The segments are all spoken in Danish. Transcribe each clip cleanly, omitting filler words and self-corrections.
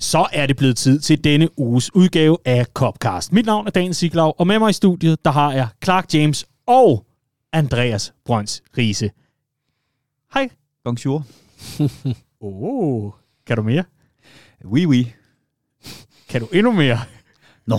Så er det blevet tid til denne uges udgave af Copcast. Mit navn er Daniel Siglau, og med mig i studiet, der har jeg Clark James og Andreas Brøns Riise. Hej. Bonjour. Kan du mere? Oui, oui. Kan du endnu mere? Nå.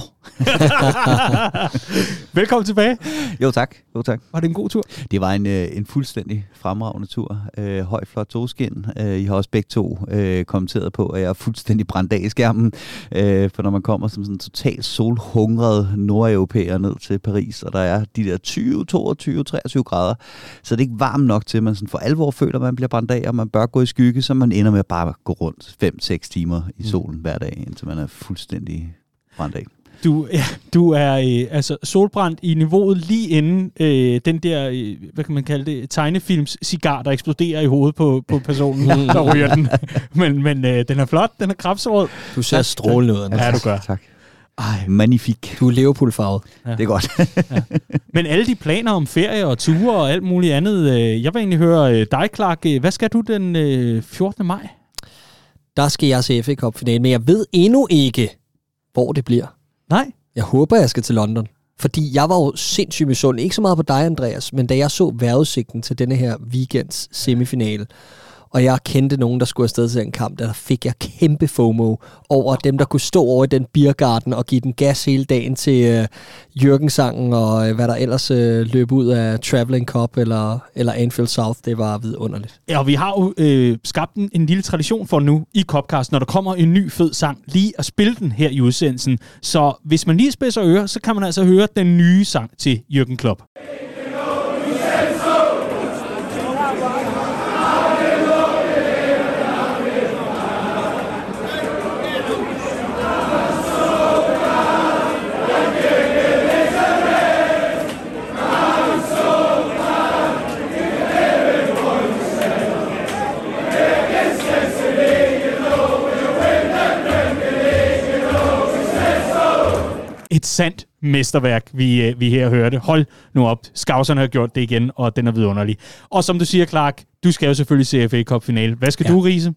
Velkommen tilbage. Jo tak. Var det en god tur? Det var en fuldstændig fremragende tur. Høj, flot togskin. I har også begge to kommenteret på, at jeg er fuldstændig brændt af i skærmen. For når man kommer som sådan en totalt solhungret nordeuropæer ned til Paris, og der er de der 20, 22, 23 grader, så det er ikke varmt nok til, at man sådan for alvor føler, at man bliver brændt af, og man bør gå i skygge, så man ender med at bare gå rundt 5-6 timer i solen hver dag, indtil man er fuldstændig brændt af. Du er altså solbrændt i niveauet lige inden den der, hvad kan man kalde det, tegnefilms cigar, der eksploderer i hovedet på personen, der ryger den. Men den er flot, den er krabsrød. Du ser strålende ud. Ja, du gør. Tak. Magnifik. Du er Liverpool-farvet. Ja. Det er godt. Ja. Men alle de planer om ferie og ture og alt muligt andet, jeg vil egentlig høre dig, Clark. Hvad skal du den 14. maj? Der skal jeg se FA Cup-finalen, men jeg ved endnu ikke, hvor det bliver. Nej. Jeg håber, jeg skal til London. Fordi jeg var jo sindssygt misundelig. Ikke så meget på dig, Andreas, men da jeg så vejrudsigten til denne her weekends semifinale, og jeg kendte nogen, der skulle afsted til den kamp, der fik jeg kæmpe FOMO over dem, der kunne stå over i den biergarten og give den gas hele dagen til Jürgen-sangen og hvad der ellers løb ud af Travelling Cup eller Anfield South. Det var vidunderligt. Ja, og vi har jo skabt en lille tradition for nu i Copcast, når der kommer en ny fed sang, lige at spille den her i udsendelsen. Så hvis man lige spidser ører, så kan man altså høre den nye sang til Jürgen Klopp. Et sandt mesterværk, vi her hørte. Hold nu op. Scouserne har gjort det igen, og den er vidunderlig. Og som du siger, Clark, du skal jo selvfølgelig se FA Cup-finale. Hvad skal du, Riise?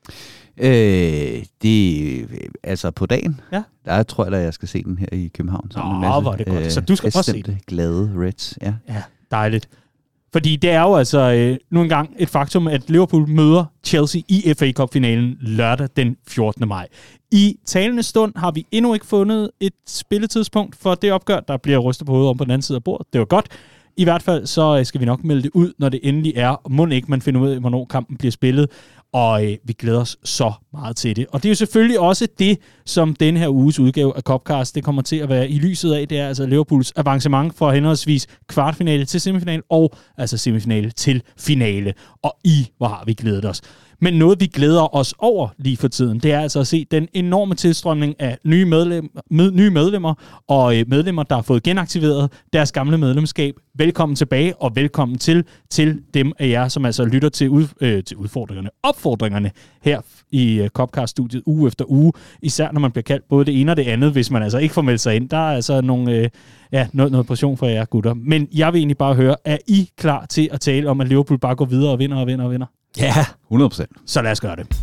Altså på dagen, der tror jeg, at jeg skal se den her i København. Hvor er det godt. Så du skal også se den. Glade Reds, ja. Ja, dejligt. Fordi det er jo altså nu engang et faktum, at Liverpool møder Chelsea i FA Cup-finalen lørdag den 14. maj. I talende stund har vi endnu ikke fundet et spilletidspunkt for det opgør, der bliver rystet på hovedet om på den anden side af bordet. Det var godt. I hvert fald så skal vi nok melde det ud, når det endelig er. Må ikke man finder ud af, hvornår kampen bliver spillet. Og vi glæder os så meget til det. Og det er jo selvfølgelig også det, som denne her uges udgave af Copcast, det kommer til at være i lyset af. Det er altså Liverpools avancement fra henholdsvis kvartfinale til semifinale, og altså semifinale til finale. Og hvor har vi glædet os. Men noget, vi glæder os over lige for tiden, det er altså at se den enorme tilstrømning af nye medlemmer og medlemmer, der har fået genaktiveret deres gamle medlemskab. Velkommen tilbage, og velkommen til dem af jer, som altså lytter til opfordringerne her i Copcast-studiet uge efter uge. Især når man bliver kaldt både det ene og det andet, hvis man altså ikke får meldt sig ind. Der er altså noget pression for jer gutter. Men jeg vil egentlig bare høre, er I klar til at tale om, at Liverpool bare går videre og vinder? Ja, 100%. Så lad os gøre det.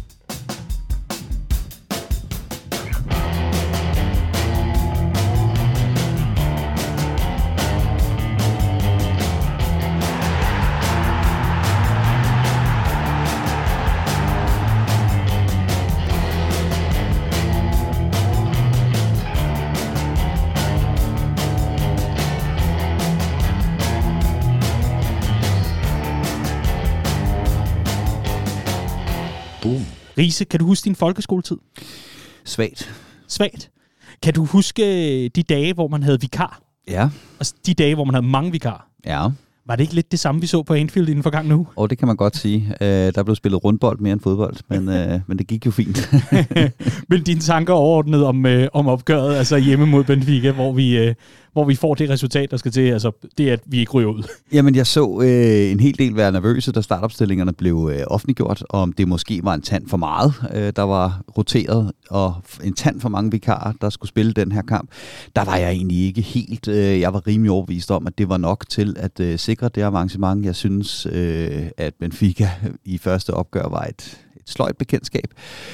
Riise, kan du huske din folkeskoletid? Svagt. Kan du huske de dage, hvor man havde vikar? Ja. Og de dage, hvor man havde mange vikarer? Ja. Var det ikke lidt det samme, vi så på Anfield i den forgangne uge? Det kan man godt sige. Der blev spillet rundbold mere end fodbold, men det gik jo fint. Men dine tanker overordnet om opgøret, altså hjemme mod Benfica, hvor hvor vi får det resultat, der skal til. Altså, det er, at vi ikke ryger ud. Jamen, jeg så en hel del være nervøse, da startopstillingerne blev offentliggjort, og om det måske var en tand for meget, der var roteret, og en tand for mange vikarer, der skulle spille den her kamp. Der var jeg egentlig ikke helt. Jeg var rimelig overbevist om, at det var nok til at sikre det avancement. Jeg synes, at Benfica i første opgør var et sløjt bekendtskab.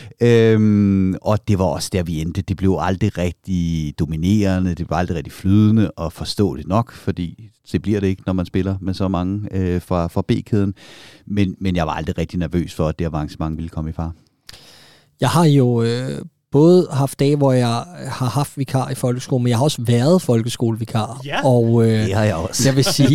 Og det var også der, vi endte. Det blev aldrig rigtig dominerende, det blev aldrig rigtig flydende og forståeligt nok, fordi det bliver det ikke, når man spiller med så mange fra B-kæden. Men jeg var aldrig rigtig nervøs for, at det avancement ville komme i fare. Jeg har jo både haft dage, hvor jeg har haft vikar i folkeskolen, men jeg har også været folkeskolevikar. Ja. Og det har jeg også. Jeg vil sige,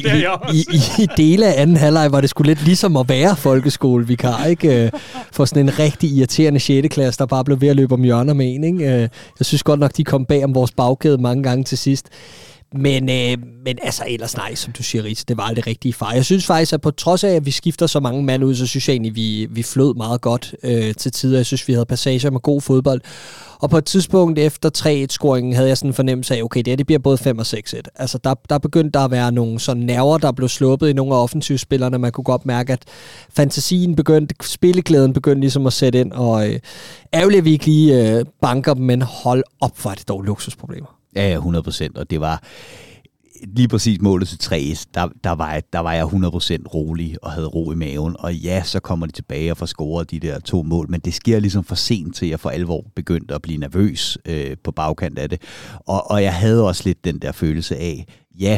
i dele af anden halvleg var det sgu lidt ligesom at være folkeskolevikar, ikke? For sådan en rigtig irriterende 6. klasse, der bare blev ved at løbe om hjørner med en, ikke? Jeg synes godt nok, de kom bag om vores bagkæde mange gange til sidst. Men altså ellers nej, som du siger, Riese, det var aldrig rigtige far. Jeg synes faktisk, at på trods af, at vi skifter så mange mand ud, så synes jeg egentlig, vi flød meget godt til tider. Jeg synes, vi havde passager med god fodbold. Og på et tidspunkt efter 3-1-scoringen havde jeg sådan en fornemmelse af, okay, det bliver både 5 og 6-1. Altså der begyndte der at være nogle sådan nerver, der blev sluppet i nogle af offensivspillerne. Man kunne godt mærke, at fantasien begyndte, spilleglæden begyndte ligesom at sætte ind. Og ærgerligt, at vi ikke lige banker dem, men hold op, for det dog luksusproblemer. Ja, 100%, og det var lige præcis målet til 3, der var jeg 100% rolig og havde ro i maven, og ja, så kommer de tilbage og får scoret de der 2 mål, men det sker ligesom for sent til, at jeg for alvor begyndte at blive nervøs på bagkant af det, og jeg havde også lidt den der følelse af, ja,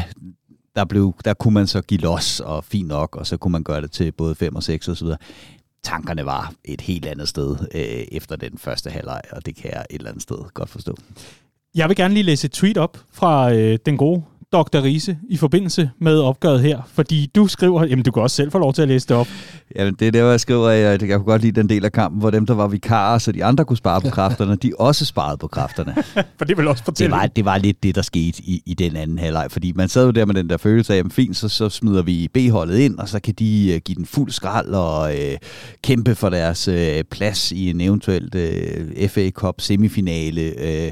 der kunne man så give los, og fint nok, og så kunne man gøre det til både 5 og 6 og så videre. Tankerne var et helt andet sted efter den første halvleg, og det kan jeg et eller andet sted godt forstå. Jeg vil gerne lige læse et tweet op fra den gode Dr. Riese i forbindelse med opgøret her, fordi du skriver, jamen du kan også selv få lov til at læse det op. Jamen det er der, hvor jeg skriver, jeg kunne godt lide den del af kampen, hvor dem, der var vikarer, så de andre kunne spare på kræfterne, de også sparede på kræfterne. For det vil også fortælle. Det var lidt det, der skete i den anden halvleg, fordi man sad jo der med den der følelse af, fint, så smider vi B-holdet ind, og så kan de give den fuld skrald og kæmpe for deres plads i en eventuelt FA Cup semifinale,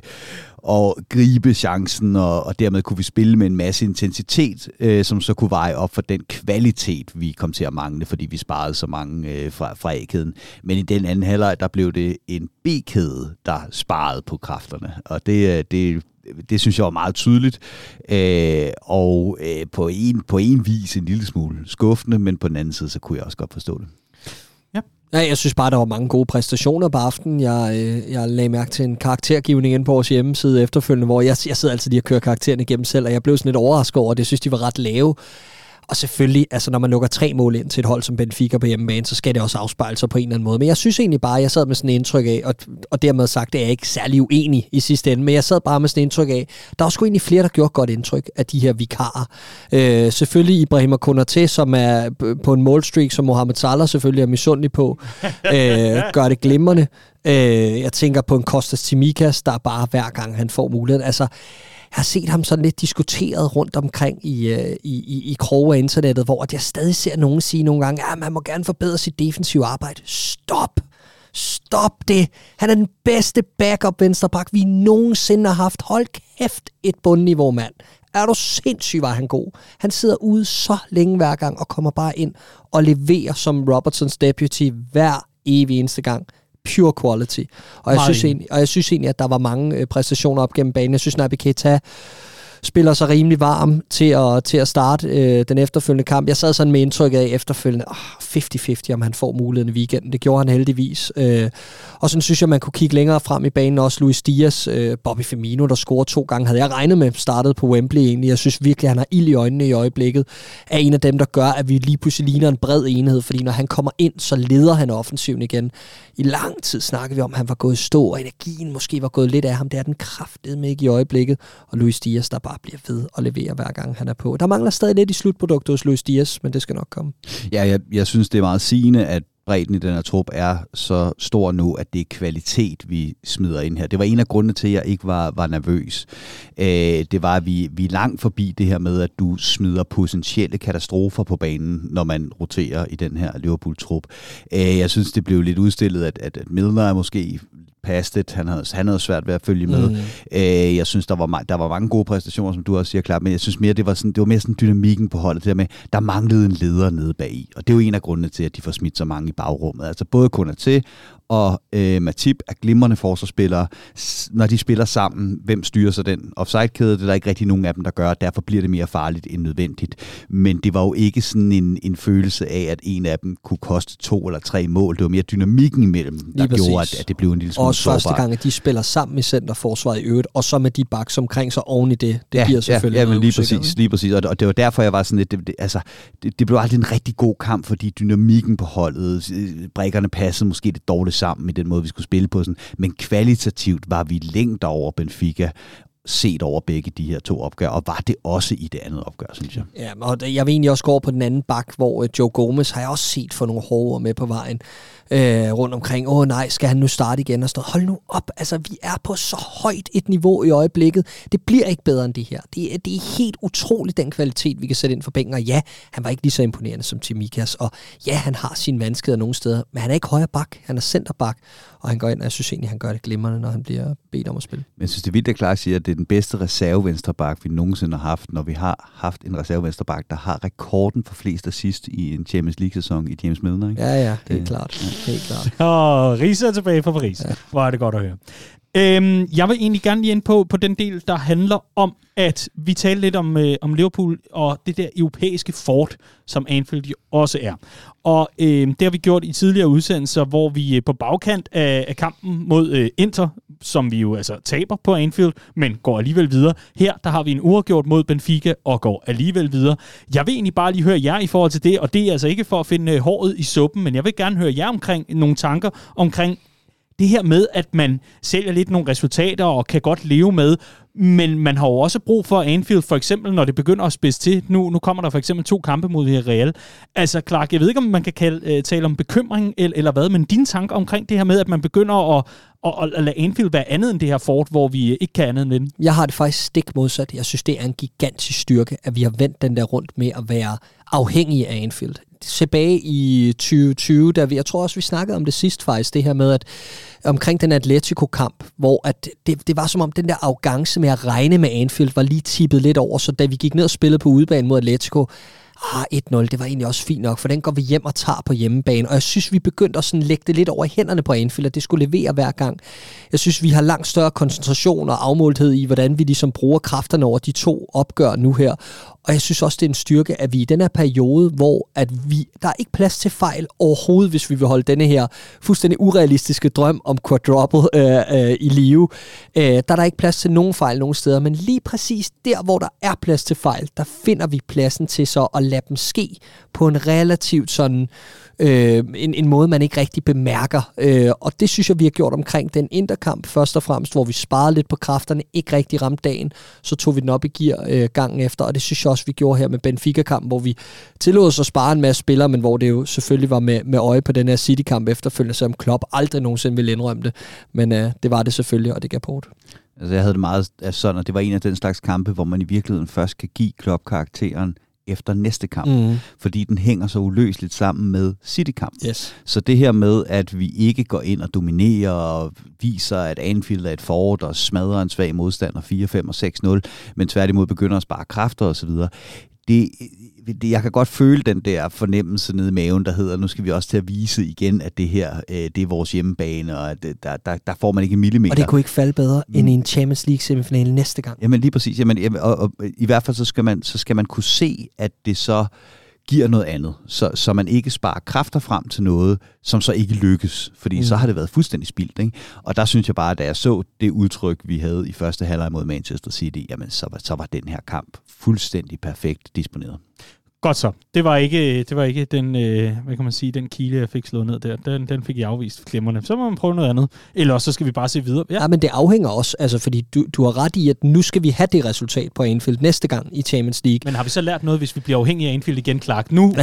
og gribe chancen, og dermed kunne vi spille med en masse intensitet, som så kunne veje op for den kvalitet, vi kom til at mangle, fordi vi sparede så mange fra A-kæden. Men i den anden halvleg, der blev det en B-kæde, der sparede på kræfterne, og det synes jeg var meget tydeligt, og på en vis en lille smule skuffende, men på den anden side, så kunne jeg også godt forstå det. Nej, jeg synes bare, der var mange gode præstationer på aftenen. Jeg lagde mærke til en karaktergivning inde på vores hjemmeside efterfølgende, hvor jeg sidder altid lige og kører karaktererne igennem selv, og jeg blev sådan lidt overrasket over det. Jeg synes, de var ret lave. Og selvfølgelig, altså når man lukker 3 mål ind til et hold som Benfica på hjemmebane, så skal det også afspejle sig på en eller anden måde. Men jeg synes egentlig bare, jeg sad med sådan en indtryk af, og dermed sagt, at jeg er ikke særlig uenig i sidste ende, men jeg sad bare med sådan en indtryk af, der var sgu egentlig flere, der gjorde godt indtryk af de her vikarer. Selvfølgelig Ibrahima Konaté, som er på en målstreak, som Mohamed Salah selvfølgelig er misundelig på, gør det glimrende. Jeg tænker på en Kostas Tsimikas, der bare hver gang han får muligheden. Altså, jeg har set ham sådan lidt diskuteret rundt omkring i kroge af internettet, hvor jeg stadig ser nogen sige nogle gange, at man må gerne forbedre sit defensive arbejde. Stop det. Han er den bedste backup venstreback, vi nogensinde har haft. Hold kæft, et bundniveau, mand. Er du sindssyg, var han god. Han sidder ude så længe hver gang og kommer bare ind og leverer som Robertsons deputy hver evig eneste gang. Pure quality. Og jeg synes egentlig, at der var mange præstationer op gennem banen. Jeg synes, Naby Keita spiller sig rimelig varm til at starte den efterfølgende kamp. Jeg sad sådan med indtryk af efterfølgende 50-50, om han får muligheden i weekenden. Det gjorde han heldigvis. Og sådan synes jeg, man kunne kigge længere frem i banen. Også Luis Diaz, Bobby Firmino, der scorede 2 gange, havde jeg regnet med startet på Wembley egentlig. Jeg synes virkelig, han har ild i øjnene i øjeblikket. Er en af dem, der gør, at vi lige pludselig ligner en bred enhed. Fordi når han kommer ind, så leder han offensiven igen. I lang tid snakkede vi om, at han var gået i stå, og energien måske var gået lidt af ham. Det er den kraftedeme ikke i øjeblikket. Og Luis Diaz, der bare bliver ved at levere hver gang han er på. Der mangler stadig lidt i slutproduktet hos Luis Diaz, men det skal nok komme. Ja, jeg synes, det er meget sigende, at bredden i den her trup er så stor nu, at det er kvalitet, vi smider ind her. Det var en af grundene til, at jeg ikke var nervøs. Det var, at vi er langt forbi det her med, at du smider potentielle katastrofer på banen, når man roterer i den her Liverpool-trup. Jeg synes, det blev lidt udstillet, at Milner er måske past it. Han havde svært ved at følge med. Jeg synes, der var mange gode præstationer, som du også siger, klart, men jeg synes mere, det var mere sådan dynamikken på holdet, det der med, der manglede en leder nede bagi, og det er jo en af grundene til, at de får smidt så mange i bagrummet. Altså både Konaté og Matip er glimrende forsvarsspillere. Når de spiller sammen, hvem styrer så den offside-kæde? Det er der ikke rigtig nogen af dem, der gør, derfor bliver det mere farligt end nødvendigt. Men det var jo ikke sådan en følelse af, at en af dem kunne koste 2 eller 3 mål. Det var mere dynamikken imellem, der gjorde, at det blev en lille smule også sårbar. Første gang, at de spiller sammen i centerforsvaret i øvrigt, og så med de baks omkring sig oven i det. Det bliver selvfølgelig ja, men lige præcis. Og det var derfor, jeg var sådan lidt, det blev aldrig en rigtig god kamp, fordi dynamikken på holdet, brækkerne passede måske lidt dårligt sammen med den måde, vi skulle spille på. Sådan. Men kvalitativt var vi længder over Benfica, set over begge de her 2 opgør, og var det også i det andet opgør, synes jeg. Ja, og jeg vil egentlig også gå over på den anden bak, hvor Joe Gomez har jeg også set for nogle hårde med på vejen rundt omkring. Nej, skal han nu starte igen? Og stå, hold nu op, altså vi er på så højt et niveau i øjeblikket. Det bliver ikke bedre end det her. Det er helt utroligt, den kvalitet, vi kan sætte ind for bænken. Og ja, han var ikke lige så imponerende som Tsimikas, og ja, han har sine vanskeligheder nogle steder, men han er ikke højre bak, han er centerbak, og han går ind, og jeg synes egentlig, han gør det glimrende, når han bliver bedt om at spille. Men jeg synes, det er vildt, at Clark siger, at det er den bedste reserve-venstrebak, vi nogensinde har haft, når vi har haft en reserve-venstrebak, der har rekorden for flest assist i en Champions League-sæson i James Milner, ikke? Ja, det er klart. Helt klart. Og Riise er tilbage fra Paris. Ja. Hvor er det godt at høre. Jeg vil egentlig gerne lige ind på den del, der handler om, at vi taler lidt om Liverpool og det der europæiske fort, som Anfield jo også er. Og det har vi gjort i tidligere udsendelser, hvor vi på bagkant af kampen mod Inter, som vi jo altså taber på Anfield, men går alligevel videre. Her, der har vi en uafgjort mod Benfica og går alligevel videre. Jeg vil egentlig bare lige høre jer i forhold til det, og det er altså ikke for at finde håret i suppen, men jeg vil gerne høre jer omkring nogle tanker omkring det her med, at man sælger lidt nogle resultater og kan godt leve med, men man har jo også brug for Anfield, for eksempel, når det begynder at spidse til. Nu kommer der for eksempel 2 kampe mod Real. Altså, Clark, jeg ved ikke, om man kan tale om bekymring eller hvad, men dine tanker omkring det her med, at man begynder at lade Anfield være andet end det her fort, hvor vi ikke kan andet end vinde. Jeg har det faktisk stik modsat. Jeg synes, det er en gigantisk styrke, at vi har vendt den der rundt med at være afhængige af Anfield. Tilbage i 2020, jeg tror også, vi snakkede om det sidst faktisk, det her med, at omkring den Atletico-kamp, hvor at det var som om den der arrogance med at regne med Anfield var lige tippet lidt over, så da vi gik ned og spillede på udebane mod Atletico, 1-0, det var egentlig også fint nok, for den går vi hjem og tager på hjemmebane, og jeg synes, vi begyndte at sådan lægge det lidt over i hænderne på Anfield, at det skulle levere hver gang. Jeg synes, vi har langt større koncentration og afmålthed i, hvordan vi ligesom bruger kræfterne over de 2 opgør nu her, og jeg synes også, det er en styrke, at vi i den her periode, hvor at der er ikke plads til fejl overhovedet, hvis vi vil holde denne her fuldstændig urealistiske drøm om quadruple i live. Der er der ikke plads til nogen fejl nogen steder, men lige præcis der, hvor der er plads til fejl, der finder vi pladsen til så at lade dem ske på en relativt sådan en måde, man ikke rigtig bemærker. Og det synes jeg, vi har gjort omkring den Interkamp først og fremmest, hvor vi sparede lidt på kræfterne, ikke rigtig ramte dagen, så tog vi den op i gear gangen efter, og det synes jeg også, vi gjorde her med Benfica-kampen, hvor vi tillod os at spare en masse spillere, men hvor det jo selvfølgelig var med øje på den her City-kamp efterfølgende, som Klopp aldrig nogensinde ville indrømme det, men det var det selvfølgelig, og det gav på det. Altså jeg havde det meget sådan, og det var en af den slags kampe, hvor man i virkeligheden først kan give Klopp-karakteren efter næste kamp, fordi den hænger så uløseligt sammen med City-kampen. Yes. Så det her med, at vi ikke går ind og dominerer og viser, at Anfield er et fort og smadrer en svag modstander 4-5 og 6-0, men tværtimod begynder at spare kræfter osv., jeg kan godt føle den der fornemmelse nede i maven, der hedder, nu skal vi også til at vise igen, at det her, det er vores hjemmebane, og at der får man ikke en millimeter. Og det kunne ikke falde bedre end i en Champions League semifinale næste gang. Jamen lige præcis. Jamen, og i hvert fald så skal man kunne se, at det så giver noget andet, så man ikke sparer kræfter frem til noget, som så ikke lykkes, fordi så har det været fuldstændig spildt, ikke? Og der synes jeg bare, da jeg så det udtryk, vi havde i første halvleg mod Manchester City, jamen så var den her kamp fuldstændig perfekt disponeret. Godt så. Det var ikke den, hvad kan man sige, den kile, jeg fik slået ned der. Den fik jeg afvist glimrende. Så må man prøve noget andet. Eller så skal vi bare se videre. Ja, men det afhænger også, altså fordi du har ret i, at nu skal vi have det resultat på Anfield næste gang i Champions League. Men har vi så lært noget, hvis vi bliver afhængige af Anfield igen, Clark? Nu?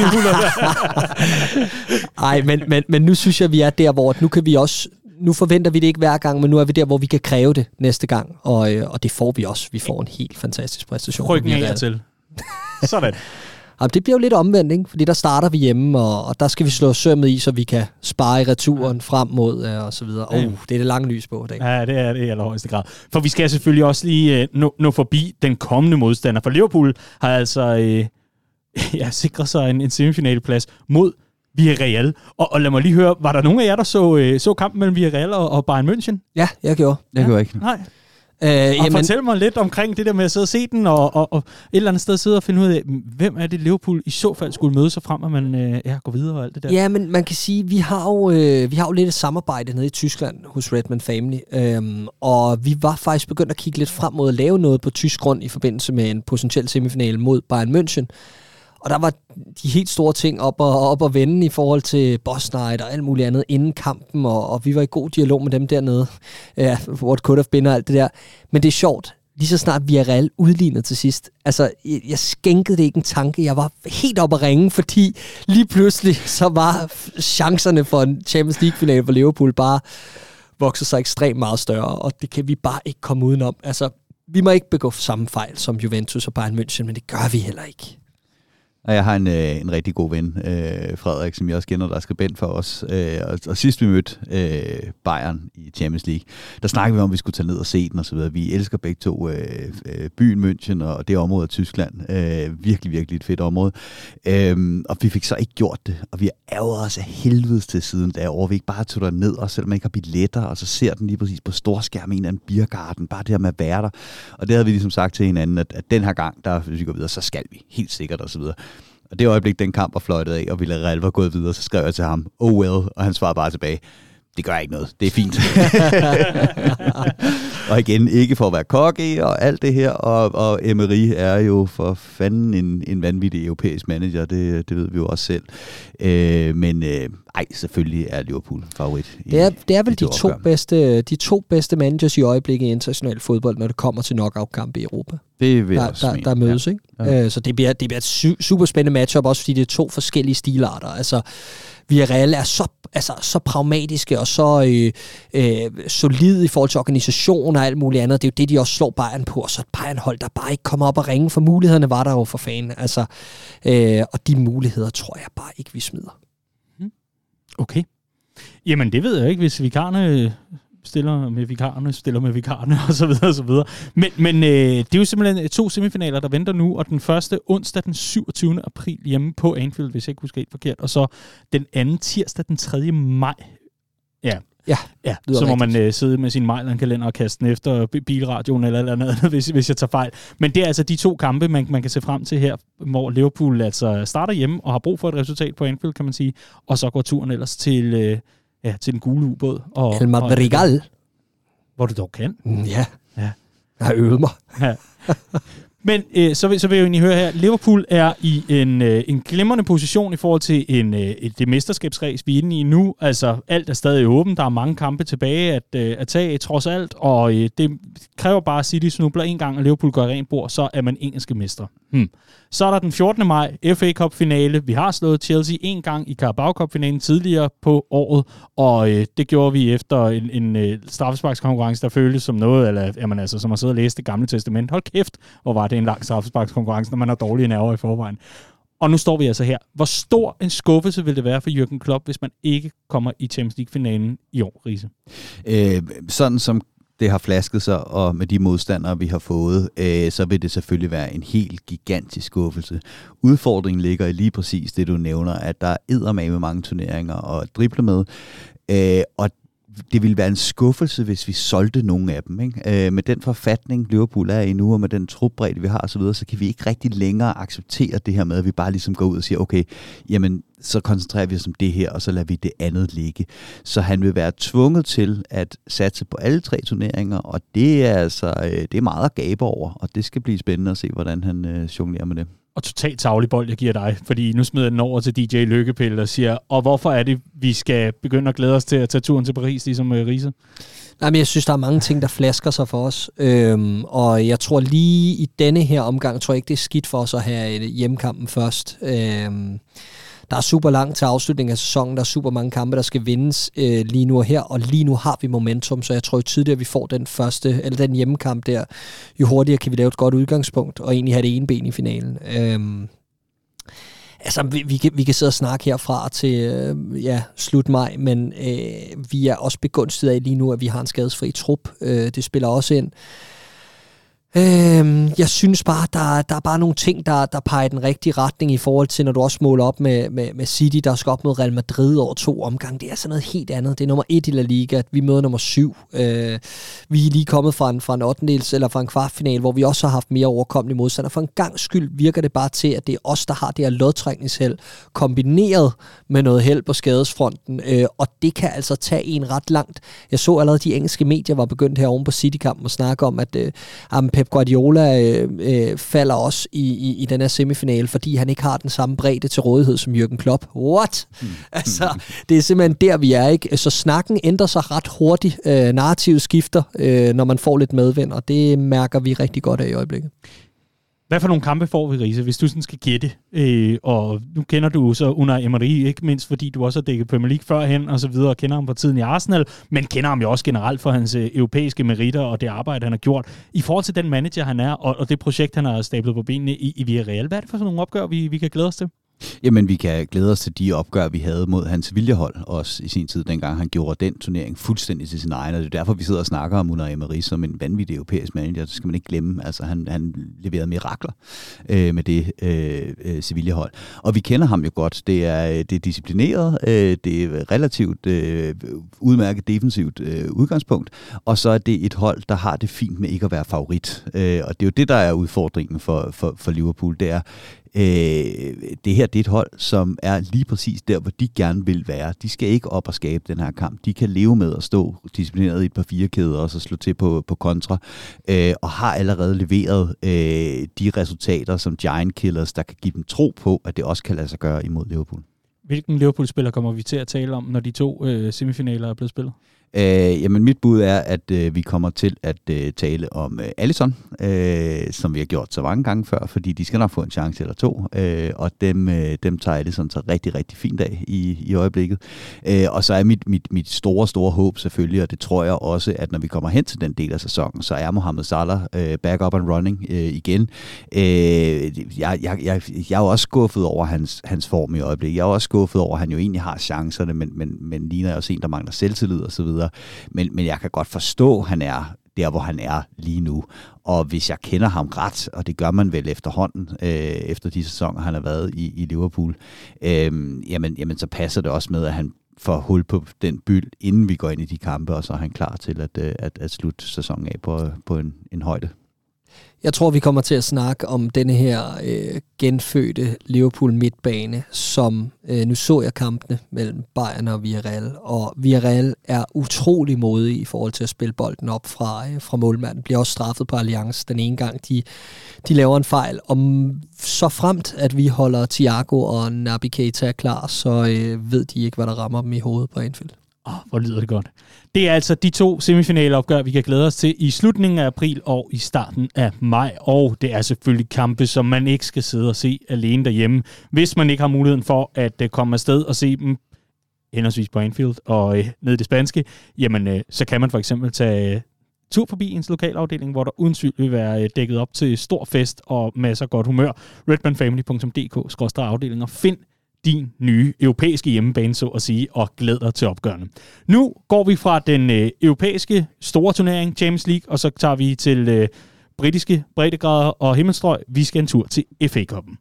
Nej, men nu synes jeg, vi er der, hvor nu kan vi også... Nu forventer vi det ikke hver gang, men nu er vi der, hvor vi kan kræve det næste gang. Og det får vi også. Vi får en helt fantastisk præstation. Ryggen af til. Sådan. Jamen, det bliver jo lidt omvendt, ikke? Fordi der starter vi hjemme, og der skal vi slå sømmet i, så vi kan spare i returen frem mod og så videre. Det er det lange lys på i dag. Ja, det er det i allerhøjeste grad. For vi skal selvfølgelig også lige nå forbi den kommende modstander. For Liverpool har altså sikret sig en semifinaleplads mod Villarreal. Og lad mig lige høre, var der nogen af jer, der så kampen mellem Villarreal og Bayern München? Ja, jeg gjorde. Jeg gjorde ikke. Nej. Fortæl mig lidt omkring det der med at sidde og se den, og et eller andet sted sidde og finde ud af, hvem er det Liverpool i så fald skulle møde sig frem, at man går videre og alt det der. Ja, men man kan sige, vi har jo lidt et samarbejde nede i Tyskland hos Redman Family, og vi var faktisk begyndt at kigge lidt frem mod at lave noget på tysk grund i forbindelse med en potentiel semifinale mod Bayern München. Og der var de helt store ting op og vende i forhold til Boss Night og alt muligt andet inden kampen, og vi var i god dialog med dem dernede. Ja, what could have been og alt det der. Men det er sjovt. Lige så snart Villarreal udlignede til sidst. Altså, jeg skænkede det ikke en tanke. Jeg var helt oppe at ringe, fordi lige pludselig så var chancerne for en Champions League-finale for Liverpool bare vokset sig ekstremt meget større, og det kan vi bare ikke komme udenom. Altså, vi må ikke begå samme fejl som Juventus og Bayern München, men det gør vi heller ikke. Og jeg har en rigtig god ven, Frederik, som jeg også kender, der er skribent for os. Og sidst vi mødte Bayern i Champions League, der snakkede vi om, at vi skulle tage ned og se den og så videre. Vi elsker begge to byen München og det område af Tyskland. Virkelig, virkelig et fedt område. Og vi fik så ikke gjort det. Og vi ærgede os af helvedes til siden derovre. Vi ikke bare tog der ned, og selvom man ikke har billetter, og så ser den lige præcis på storskærm i en eller anden biergarten. Bare det her med at være der. Og det havde vi ligesom sagt til hinanden, at den her gang, hvis vi går videre, så skal vi. Helt sikkert og så videre. Og det øjeblik, den kamp var fløjtet af, og Villarreal var gået videre, så skrev jeg til ham, oh well, og han svarede bare tilbage, det gør ikke noget, det er fint. Og igen, ikke for at være cocky og alt det her, og Emery er jo for fanden en vanvittig europæisk manager, det ved vi jo også selv. Men selvfølgelig er Liverpool favorit. Det er vel de to bedste managers i øjeblikket i international fodbold, når det kommer til knockout-kampe i Europa. Det vil jeg også mene. Der mødes, ikke? Ja. Så det bliver et super spændende matchup, også fordi det er to forskellige stilarter. Altså, Villarreal er så pragmatiske og så solide i forhold til organisation og alt muligt andet. Det er jo det, de også slår Bayern på, og så et Bayern-hold, der bare ikke kommer op og ringe, for mulighederne var der jo for fanden. Altså, og de muligheder tror jeg bare ikke, vi smider. Okay. Jamen, det ved jeg ikke, hvis vikarerne stiller med vikarerne, og så videre, og så videre. Men det er jo simpelthen 2 semifinaler, der venter nu, og den første onsdag den 27. april hjemme på Anfield, hvis jeg ikke husker helt forkert, og så den anden tirsdag den 3. maj. Ja, så må man sidde med sin Mejland-kalender og kaste den efter bilradioen eller andet, hvis jeg tager fejl. Men det er altså de 2 kampe, man kan se frem til her, hvor Liverpool altså starter hjemme og har brug for et resultat på Anfield, kan man sige, og så går turen ellers til den gule ubåd. El Madrigal. Hvor du dog kan. Ja. Jeg har øvet mig. Ja. Men så vil jeg jo egentlig høre her, Liverpool er i en glimrende position i forhold til det mesterskabsræs, vi er inde i nu. Altså, alt er stadig åbent. Der er mange kampe tilbage at tage, trods alt. Og det kræver bare, at City snubler en gang, og Liverpool går rent bord, så er man engelske mester. Så er der den 14. maj, FA Cup-finale. Vi har slået Chelsea en gang i Carabao Cup-finalen tidligere på året, og det gjorde vi efter en straffesparkskonkurrence, der føltes som noget, eller som at sidde og læse Det Gamle Testament. Hold kæft, hvor var det en lang straffesparkskonkurrence, når man har dårlige nerver i forvejen. Og nu står vi altså her. Hvor stor en skuffelse vil det være for Jürgen Klopp, hvis man ikke kommer i Champions League-finalen i år, Riese? Sådan som det har flasket sig, og med de modstandere, vi har fået, så vil det selvfølgelig være en helt gigantisk skuffelse. Udfordringen ligger i lige præcis det, du nævner, at der er eddermame mange turneringer at drible med, og det ville være en skuffelse, hvis vi solgte nogle af dem. Ikke? Med den forfatning, Liverpool er i nu, og med den trupbredde, vi har osv., så kan vi ikke rigtig længere acceptere det her med, at vi bare ligesom går ud og siger, okay, jamen, så koncentrerer vi os om det her, og så lader vi det andet ligge. Så han vil være tvunget til at satse på alle 3 turneringer, og det er altså det er meget at gabe over, og det skal blive spændende at se, hvordan han jonglerer med det. Og totalt tavlig bold, jeg giver dig, fordi nu smider jeg den over til DJ Lykkepille og siger, og hvorfor er det, vi skal begynde at glæde os til at tage turen til Paris, ligesom Riese? Nej, men jeg synes, der er mange ting, der flasker sig for os, og jeg tror lige i denne her omgang, tror jeg ikke, det er skidt for os at have hjemmekampen først. Der er super langt til afslutningen af sæsonen, der er super mange kampe, der skal vindes lige nu og her, og lige nu har vi momentum, så jeg tror jo tidligere, vi får den hjemmekamp der, jo hurtigere kan vi lave et godt udgangspunkt, og egentlig have det ene ben i finalen. Altså, vi kan sidde og snakke herfra til slut maj, men vi er også begunstiget af lige nu, at vi har en skadesfri trup. Det spiller også ind. Jeg synes bare, der er bare nogle ting, der peger i den rigtige retning i forhold til, når du også måler op med City, der skal op mod Real Madrid over 2 omgange. Det er sådan noget helt andet. Det er nummer 1 i La Liga. Vi møder nummer 7. Vi er lige kommet fra en 8. eller fra en kvartfinal, hvor vi også har haft mere overkommelig modstander. For en gang skyld virker det bare til, at det er os, der har det her lodtrækningsheld, kombineret med noget held på skadesfronten. Og det kan altså tage en ret langt. Jeg så allerede, de engelske medier var begyndt her oven på City-kampen at snakke om, at Pep Guardiola falder også i den her semifinale, fordi han ikke har den samme bredde til rådighed som Jürgen Klopp. What? Altså, det er simpelthen der, vi er, ikke? Så snakken ændrer sig ret hurtigt. Narrativet skifter, når man får lidt medvind, og det mærker vi rigtig godt af i øjeblikket. Hvad for nogle kampe får vi, Riese, hvis du sådan skal gætte? Og nu kender du så Unai Emery, ikke mindst fordi du også har dækket Premier League førhen og så videre, og kender ham fra tiden i Arsenal, men kender ham jo også generelt for hans europæiske meritter og det arbejde, han har gjort. I forhold til den manager, han er, og det projekt, han har stablet på benene i Villarreal, hvad er det for sådan nogle opgør, vi kan glæde os til? Jamen, vi kan glæde os til de opgør, vi havde mod hans Sevilla-hold også i sin tid, dengang han gjorde den turnering fuldstændig til sin egen, og det er derfor, vi sidder og snakker om Unai Emery som en vanvittig europæisk manager. Det skal man ikke glemme. Altså, han leverede mirakler med det Sevilla-hold. Og vi kender ham jo godt. Det er disciplineret, det er relativt udmærket defensivt udgangspunkt, og så er det et hold, der har det fint med ikke at være favorit. Og det er jo det, der er udfordringen for Liverpool. Det er, det her det er et hold, som er lige præcis der, hvor de gerne vil være. De skal ikke op og skabe den her kamp. De kan leve med at stå disciplineret i et par 4-kæder og så slå til på kontra, og har allerede leveret de resultater som giant killers, der kan give dem tro på, at det også kan lade sig gøre imod Liverpool. Hvilken Liverpool-spiller kommer vi til at tale om, når de 2 semifinaler er blevet spillet? Jamen mit bud er, at vi kommer til at tale om Alisson, som vi har gjort så mange gange før, fordi de skal nok få en chance eller 2, og dem tager Alisson så rigtig, rigtig fint af i øjeblikket. Og så er mit store håb selvfølgelig, og det tror jeg også, at når vi kommer hen til den del af sæsonen, så er Mohamed Salah back up and running igen. Jeg er jo også skuffet over hans form i øjeblikket. Jeg er også skuffet over, at han jo egentlig har chancerne, men ligner også en, der mangler selvtillid og så videre. Men jeg kan godt forstå, at han er der, hvor han er lige nu. Og hvis jeg kender ham ret, og det gør man vel efterhånden, efter de sæsoner, han har været i Liverpool, jamen så passer det også med, at han får hul på den byld, inden vi går ind i de kampe, og så er han klar til at slutte sæsonen af på en højde. Jeg tror, vi kommer til at snakke om denne her genfødte Liverpool midtbane, som nu så jeg kampene mellem Bayern og Villarreal, og Villarreal er utrolig modige i forhold til at spille bolden op fra målmanden. Bliver også straffet på Allianz den ene gang, de laver en fejl. Og så fremt, at vi holder Thiago og Naby Keita klar, så ved de ikke, hvad der rammer dem i hovedet på Anfield. Hvor lyder det godt. Det er altså de 2 semifinaleopgør, vi kan glæde os til i slutningen af april og i starten af maj. Og det er selvfølgelig kampe, som man ikke skal sidde og se alene derhjemme. Hvis man ikke har muligheden for at komme afsted og se dem, henholdsvis på Anfield og ned i det spanske, jamen så kan man for eksempel tage tur forbi ens lokalafdeling, hvor der uden tvivl vil være dækket op til stor fest og masser af godt humør. redmanfamily.dk/afdelinger. Find din nye europæiske hjemmebane, så at sige, og glæd dig til opgørende. Nu går vi fra den europæiske store turnering, Champions League, og så tager vi til britiske breddegrader og himmelstrøg. Vi skal en tur til FA-cupen.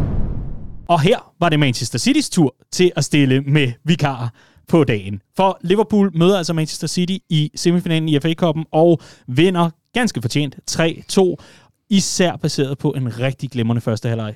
Og her var det Manchester Citys tur til at stille med vikarer på dagen. For Liverpool møder altså Manchester City i semifinalen i FA-cupen og vinder ganske fortjent 3-2, især baseret på en rigtig glimrende første halvleg.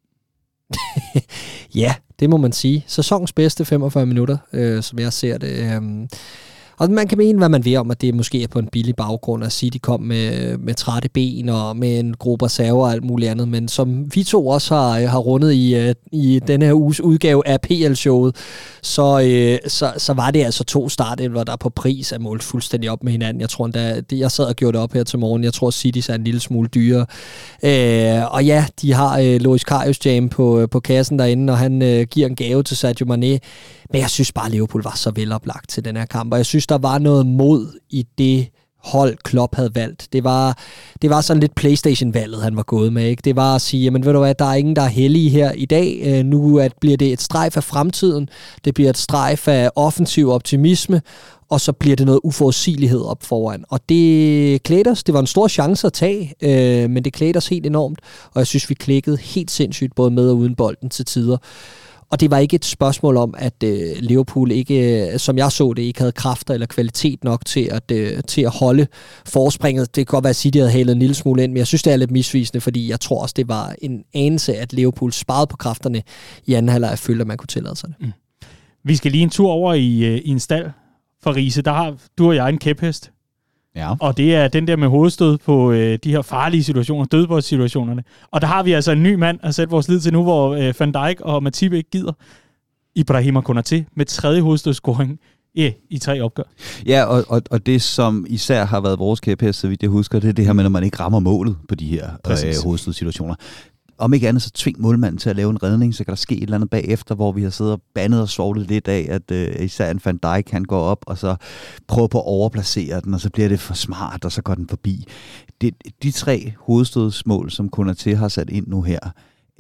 Ja, det må man sige. Sæsonens bedste 45 minutter, som jeg ser det. Og man kan mene, hvad man vil om, at det måske er på en billig baggrund, at City kom med trætte ben og med en gruppe reserver og alt muligt andet, men som vi 2 også har rundet i denne her uges udgave af PL-showet, så var det altså 2 startelver, der på pris er målt fuldstændig op med hinanden. Jeg tror endda, jeg sad og gjorde det op her til morgen, jeg tror City er en lille smule dyrere. Og ja, de har Loris Karius jam på kassen derinde, og han giver en gave til Sadio Mané. Men jeg synes bare, at Liverpool var så veloplagt til den her kamp, og jeg synes, der var noget mod i det hold Klopp havde valgt. Det var sådan lidt PlayStation-valget, han var gået med. Ikke? Det var at sige, jamen ved du hvad, der er ingen, der er heldige her i dag. Nu bliver det et strejf af fremtiden. Det bliver et strejf af offensiv optimisme. Og så bliver det noget uforudsigelighed op foran. Og det klædte os. Det var en stor chance at tage, men det klædte os helt enormt. Og jeg synes, vi klikkede helt sindssygt, både med og uden bolden til tider. Og det var ikke et spørgsmål om, at Liverpool ikke, som jeg så det, ikke havde kræfter eller kvalitet nok til at holde forspringet. Det kan godt være, at City havde halet en lille smule ind, men jeg synes, det er lidt misvisende, fordi jeg tror også, det var en anelse, at Liverpool sparede på kræfterne i anden halvleg. Jeg følte, at man kunne tillade sig det. Vi skal lige en tur over i en stald for Riise. Der har du og jeg en kæphest. Ja. Og det er den der med hovedstød på de her farlige situationer, dødbordssituationerne. Og der har vi altså en ny mand at sætte vores lid til nu, hvor Van Dijk og Matip ikke gider. Ibrahima Konaté med 3. hovedstødsscoring i 3 opgør. Ja, og det, som især har været vores kæphest, så vidt jeg husker, det er det her med, når man ikke rammer målet på de her hovedstødssituationer. Om ikke andet, så tving målmanden til at lave en redning, så kan der ske et eller andet bagefter, hvor vi har siddet og bandet og svoglet lidt af, at især en Van Dijk, han går op, og så prøver på at overplacere den, og så bliver det for smart, og så går den forbi. De 3 hovedstødsmål, som Konaté har sat ind nu her,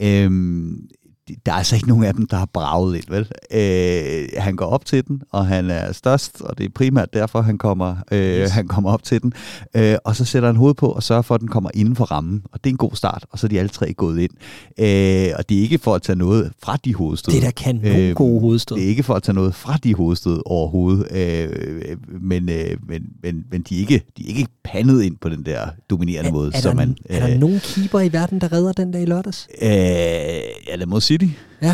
der er altså ikke nogen af dem, der har braget ind, vel? Han går op til den, og han er størst, og det er primært derfor, han kommer op til den. Og så sætter han hovedet på og sørger for, at den kommer inden for rammen. Og det er en god start, og så er de alle 3 gået ind. Og det er ikke for at tage noget fra de hovedstød. Det der kan nogle gode hovedstød. Det er ikke for at tage noget fra de hovedstød overhovedet. Men de er ikke pandet ind på den der dominerende måde. Er der nogen keeper i verden, der redder den dag i lørdags? Ja, det må City. Ja.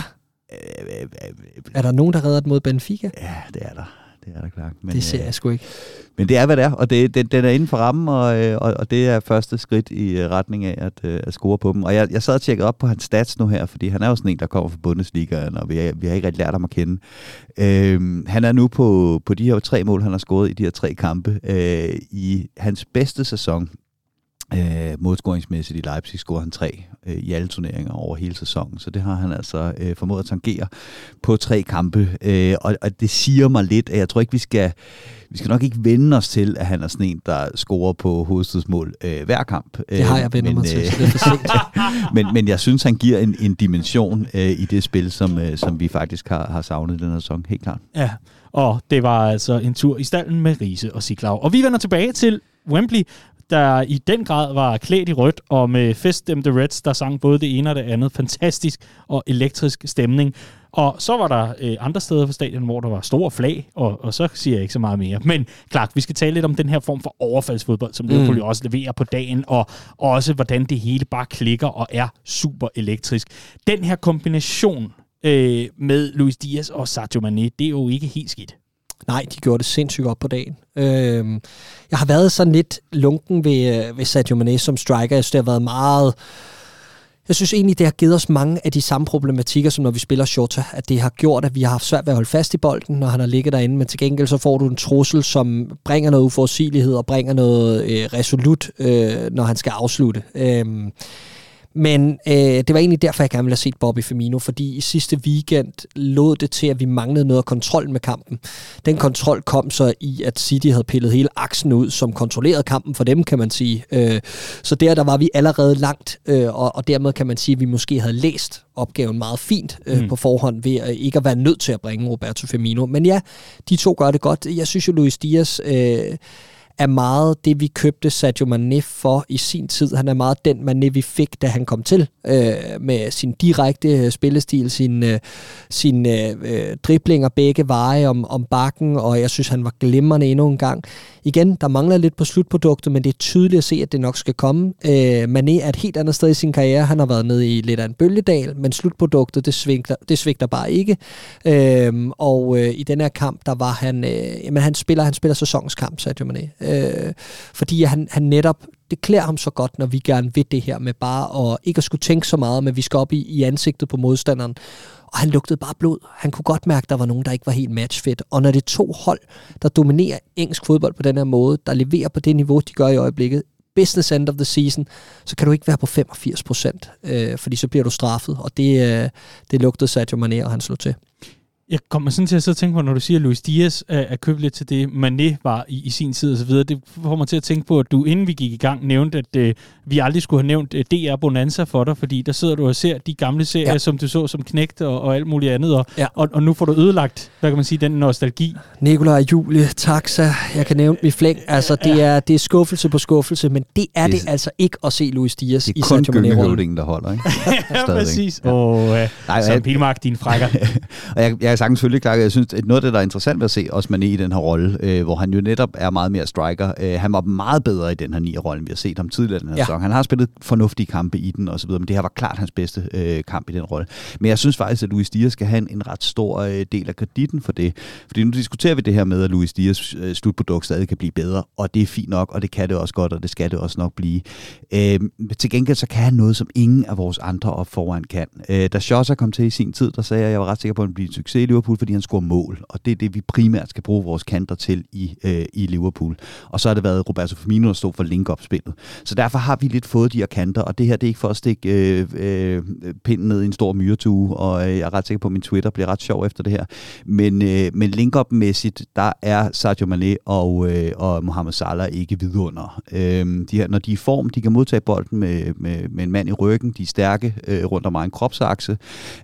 Er der nogen, der redder den mod Benfica? Ja, det er der. Det er der klart. Men, det ser jeg sgu ikke. Men det er, hvad det er, og den er inden for rammen, og det er første skridt i retning af at score på dem. Og jeg sad og tjekkede op på hans stats nu her, fordi han er jo sådan en, der kommer fra Bundesligaen, og vi har ikke rigtig lært ham at kende. Han er nu på de her 3 mål, han har scoret i de her 3 kampe. I hans bedste sæson, målscoringsmæssigt i Leipzig, scorede han 3 i alle turneringer over hele sæsonen, så det har han altså formået at tangere på 3 kampe, og det siger mig lidt, at jeg tror ikke, vi skal nok ikke vende os til, at han er sådan en, der scorer på hovedstødsmål hver kamp. Det har jeg vendt mig til, så det er for sent. men jeg synes, han giver en dimension i det spil, som vi faktisk har savnet i den her sæson, helt klart. Ja, og det var altså en tur i stalden med Riise og Siglau. Og vi vender tilbage til Wembley, der i den grad var klædt i rødt, og med feststemte Reds, der sang både det ene og det andet. Fantastisk og elektrisk stemning. Og så var der andre steder på stadion, hvor der var store flag, og så siger jeg ikke så meget mere. Men klart, vi skal tale lidt om den her form for overfaldsfodbold, som Liverpool også leverer på dagen, og også hvordan det hele bare klikker og er super elektrisk. Den her kombination med Luis Diaz og Sadio Mane, det er jo ikke helt skidt. Nej, de gjorde det sindssygt op på dagen. Jeg har været sådan lidt lunken ved Sadio Mane som striker. Jeg synes, det har været meget... Jeg synes egentlig, det har givet os mange af de samme problematikker, som når vi spiller Shota, at det har gjort, at vi har haft svært ved at holde fast i bolden, når han har ligget derinde, men til gengæld så får du en trussel, som bringer noget uforudsigelighed og bringer noget resolut, når han skal afslutte. Men det var egentlig derfor, jeg gerne ville have set Bobby Firmino, fordi i sidste weekend lod det til, at vi manglede noget af kontrol med kampen. Den kontrol kom så i, at City havde pillet hele aksen ud, som kontrollerede kampen for dem, kan man sige. Så der var vi allerede langt, og dermed kan man sige, at vi måske havde læst opgaven meget fint på forhånd, ved ikke at være nødt til at bringe Roberto Firmino. Men ja, de 2 gør det godt. Jeg synes jo, Luis Diaz... er meget det, vi købte Sadio Mane for i sin tid. Han er meget den Mane, vi fik, da han kom til, med sin direkte spillestil, sin driblinger begge veje om bakken, og jeg synes, han var glimrende endnu en gang. Igen, der mangler lidt på slutproduktet, men det er tydeligt at se, at det nok skal komme. Mane er et helt andet sted i sin karriere. Han har været nede i lidt af en bølgedal, men slutproduktet, det svigter bare ikke. I den her kamp, der var han... han spiller sæsonens kamp, Sadio Mane. Fordi han netop, det klæder ham så godt, når vi gerne vil det her med bare at ikke at skulle tænke så meget, men vi skal op i ansigtet på modstanderen. Og han lugtede bare blod. Han kunne godt mærke, at der var nogen, der ikke var helt matchfit. Og når det er 2 hold, der dominerer engelsk fodbold på den her måde, der leverer på det niveau, de gør i øjeblikket, business end of the season, så kan du ikke være på 85%, fordi så bliver du straffet. Og det lugtede Sadio Mane, og han slog til. Jeg kommer sådan til at sidde og tænke på, når du siger, at Luis Diaz er købt lidt til det, Mané var i sin tid og så videre. Det får mig til at tænke på, at du inden vi gik i gang nævnte, at vi aldrig skulle have nævnt DR Bonanza for dig, fordi der sidder du og ser de gamle serier, som du så som Knægt og alt muligt andet, og nu får du ødelagt, hvad kan man sige, den nostalgi. Nikolaj, Julie, Taxa, jeg kan nævne dem i flæng. Altså, det er skuffelse på skuffelse, men det er det altså ikke at se Luis Diaz i Sergio Mané-rollen. Det er kun gyngehøvdingen, der holder, ikke? Ja, præcis. Så Pilmark, din frækker. Og jeg er sagtens selvfølgelig klar, jeg synes, at noget af det, der er interessant ved at se også Mané i den her rolle, hvor han jo netop er meget mere striker. Han var meget bedre i den her 9'er-rolle, end vi har set ham tidligere den her sæson. Han har spillet fornuftige kampe i den og så videre, men det her var klart hans bedste kamp i den rolle. Men jeg synes faktisk, at Luis Diaz skal have en ret stor del af kreditten for det. Fordi nu diskuterer vi det her med, at Luis Diaz slutprodukt stadig kan blive bedre, og det er fint nok, og det kan det også godt, og det skal det også nok blive. Til gengæld så kan han noget, som ingen af vores andre op foran kan. Da Schossa kom til i sin tid, der sagde jeg var ret sikker på, at han blev en succes i Liverpool, fordi han scorer mål, og det er det, vi primært skal bruge vores kanter til i Liverpool. Og så har det været Roberto Firmino, der stod for link-up-spillet. Så derfor har vi lidt fået de her kanter, og det her, det er ikke for at stikke pinden ned i en stor myretue, og jeg er ret sikker på, at min Twitter bliver ret sjov efter det her. Men link-up-mæssigt, der er Sadio Mané og Mohamed Salah ikke vidunder. Når de er i form, de kan modtage bolden med en mand i ryggen, de er stærke rundt om egen kropsakse,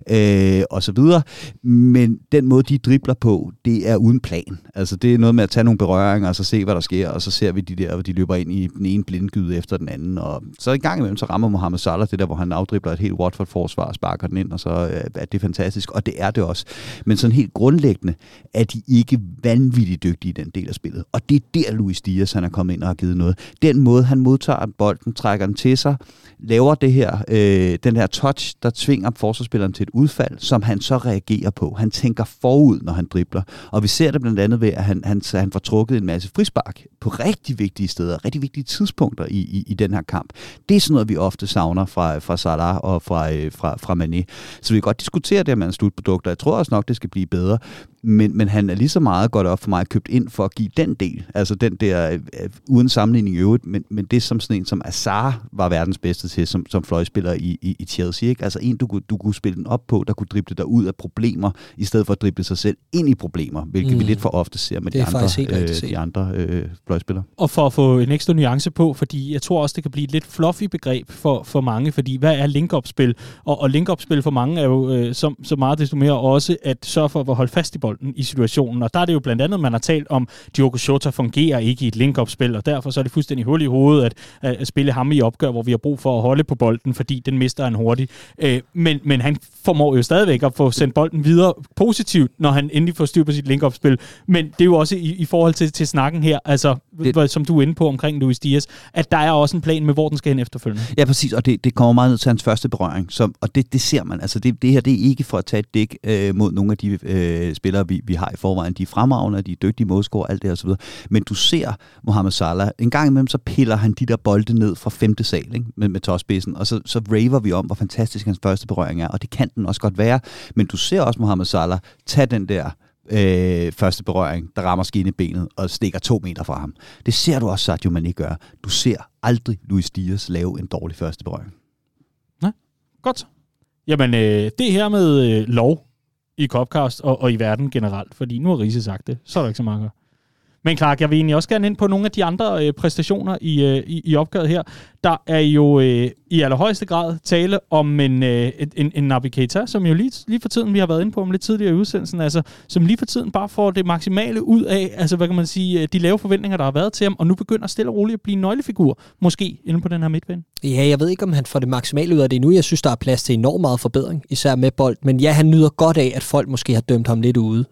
og så videre. Men den måde, de dribler på, det er uden plan. Altså, det er noget med at tage nogle berøringer, og så se, hvad der sker, og så ser vi de der, hvor de løber ind i den ene blindgyde efter den anden, og så i gang imellem, så rammer Mohamed Salah det der, hvor han afdribler et helt Watford-forsvar og sparker den ind, og så er det fantastisk, og det er det også. Men sådan helt grundlæggende er de ikke vanvittigt dygtige i den del af spillet, og det er der, Luis Diaz, han er kommet ind og har givet noget. Den måde, han modtager bolden, trækker den til sig, laver det her, den her touch, der tvinger forsvarsspilleren til et udfald, som han så reagerer på. Han tænker forud, når han dribler. Og vi ser det blandt andet ved, at han får trukket en masse frispark på rigtig vigtige steder, rigtig vigtige tidspunkter i den her kamp. Det er sådan noget, vi ofte savner fra Salah og fra Mané. Så vi kan godt diskutere det med en slutprodukt, og jeg tror også nok, det skal blive bedre. Men han er lige så meget godt op for mig købt ind for at give den del, altså den der uden sammenligning i øvrigt, men det som sådan en som Azar var verdens bedste til som fløjspiller i Chelsea, ikke? Altså en du kunne spille den op på, der kunne drible dig ud af problemer i stedet for at drible sig selv ind i problemer, hvilket vi lidt for ofte ser med de andre fløjspillere. Og for at få en ekstra nuance på, fordi jeg tror også det kan blive et lidt fluffy begreb for mange, fordi hvad er link-up-spil? Og link-up-spil for mange er jo så meget desto mere også at sørge for at holde fast i bolden i situationen, og der er det jo blandt andet, man har talt om, Diogo Jota fungerer ikke i et link-up-spil, og derfor så er det fuldstændig hul i hovedet at spille ham i opgør, hvor vi har brug for at holde på bolden, fordi den mister han hurtigt. Men han formår jo stadigvæk at få sendt bolden videre positivt, når han endelig får styr på sit link-up-spil. Men det er jo også i forhold til snakken her, altså som du er inde på omkring Luis Diaz, at der er også en plan med, hvor den skal hen efterfølgende. Ja, præcis, og det kommer meget ned til hans første berøring, og det ser man. Altså det her, det er ikke for at tage et dæk mod nogle af de spillere, vi har i forvejen. De er fremragende, de er dygtige målscorer, alt det her og så videre. Men du ser Mohamed Salah, en gang imellem, så piller han de der bolde ned fra 5. sal, ikke? Med tåspidsen, og så raver vi om, hvor fantastisk hans første berøring er, og det kan den også godt være. Men du ser også Mohamed Salah tage den der første berøring, der rammer skinnebenet og stikker 2 meter fra ham. Det ser du også Sadio Mané gøre. Du ser aldrig Luis Diaz lave en dårlig første berøring. Nej, godt. Jamen, det her med lov i Copcast og i verden generelt, fordi nu har Riese sagt det, så er der ikke så mange. Men Clark, jeg vil egentlig også gerne ind på nogle af de andre præstationer i opgøret her. Der er jo i allerhøjeste grad tale om en Naby Keita, som jo lige for tiden, vi har været inde på om lidt tidligere i udsendelsen, altså, som lige for tiden bare får det maksimale ud af, altså hvad kan man sige, de lave forventninger, der har været til ham, og nu begynder stille og roligt at blive en nøglefigur, måske inde på den her midtbane. Ja, jeg ved ikke, om han får det maksimale ud af det nu. Jeg synes, der er plads til enormt meget forbedring, især med bold, men ja, han nyder godt af, at folk måske har dømt ham lidt ude.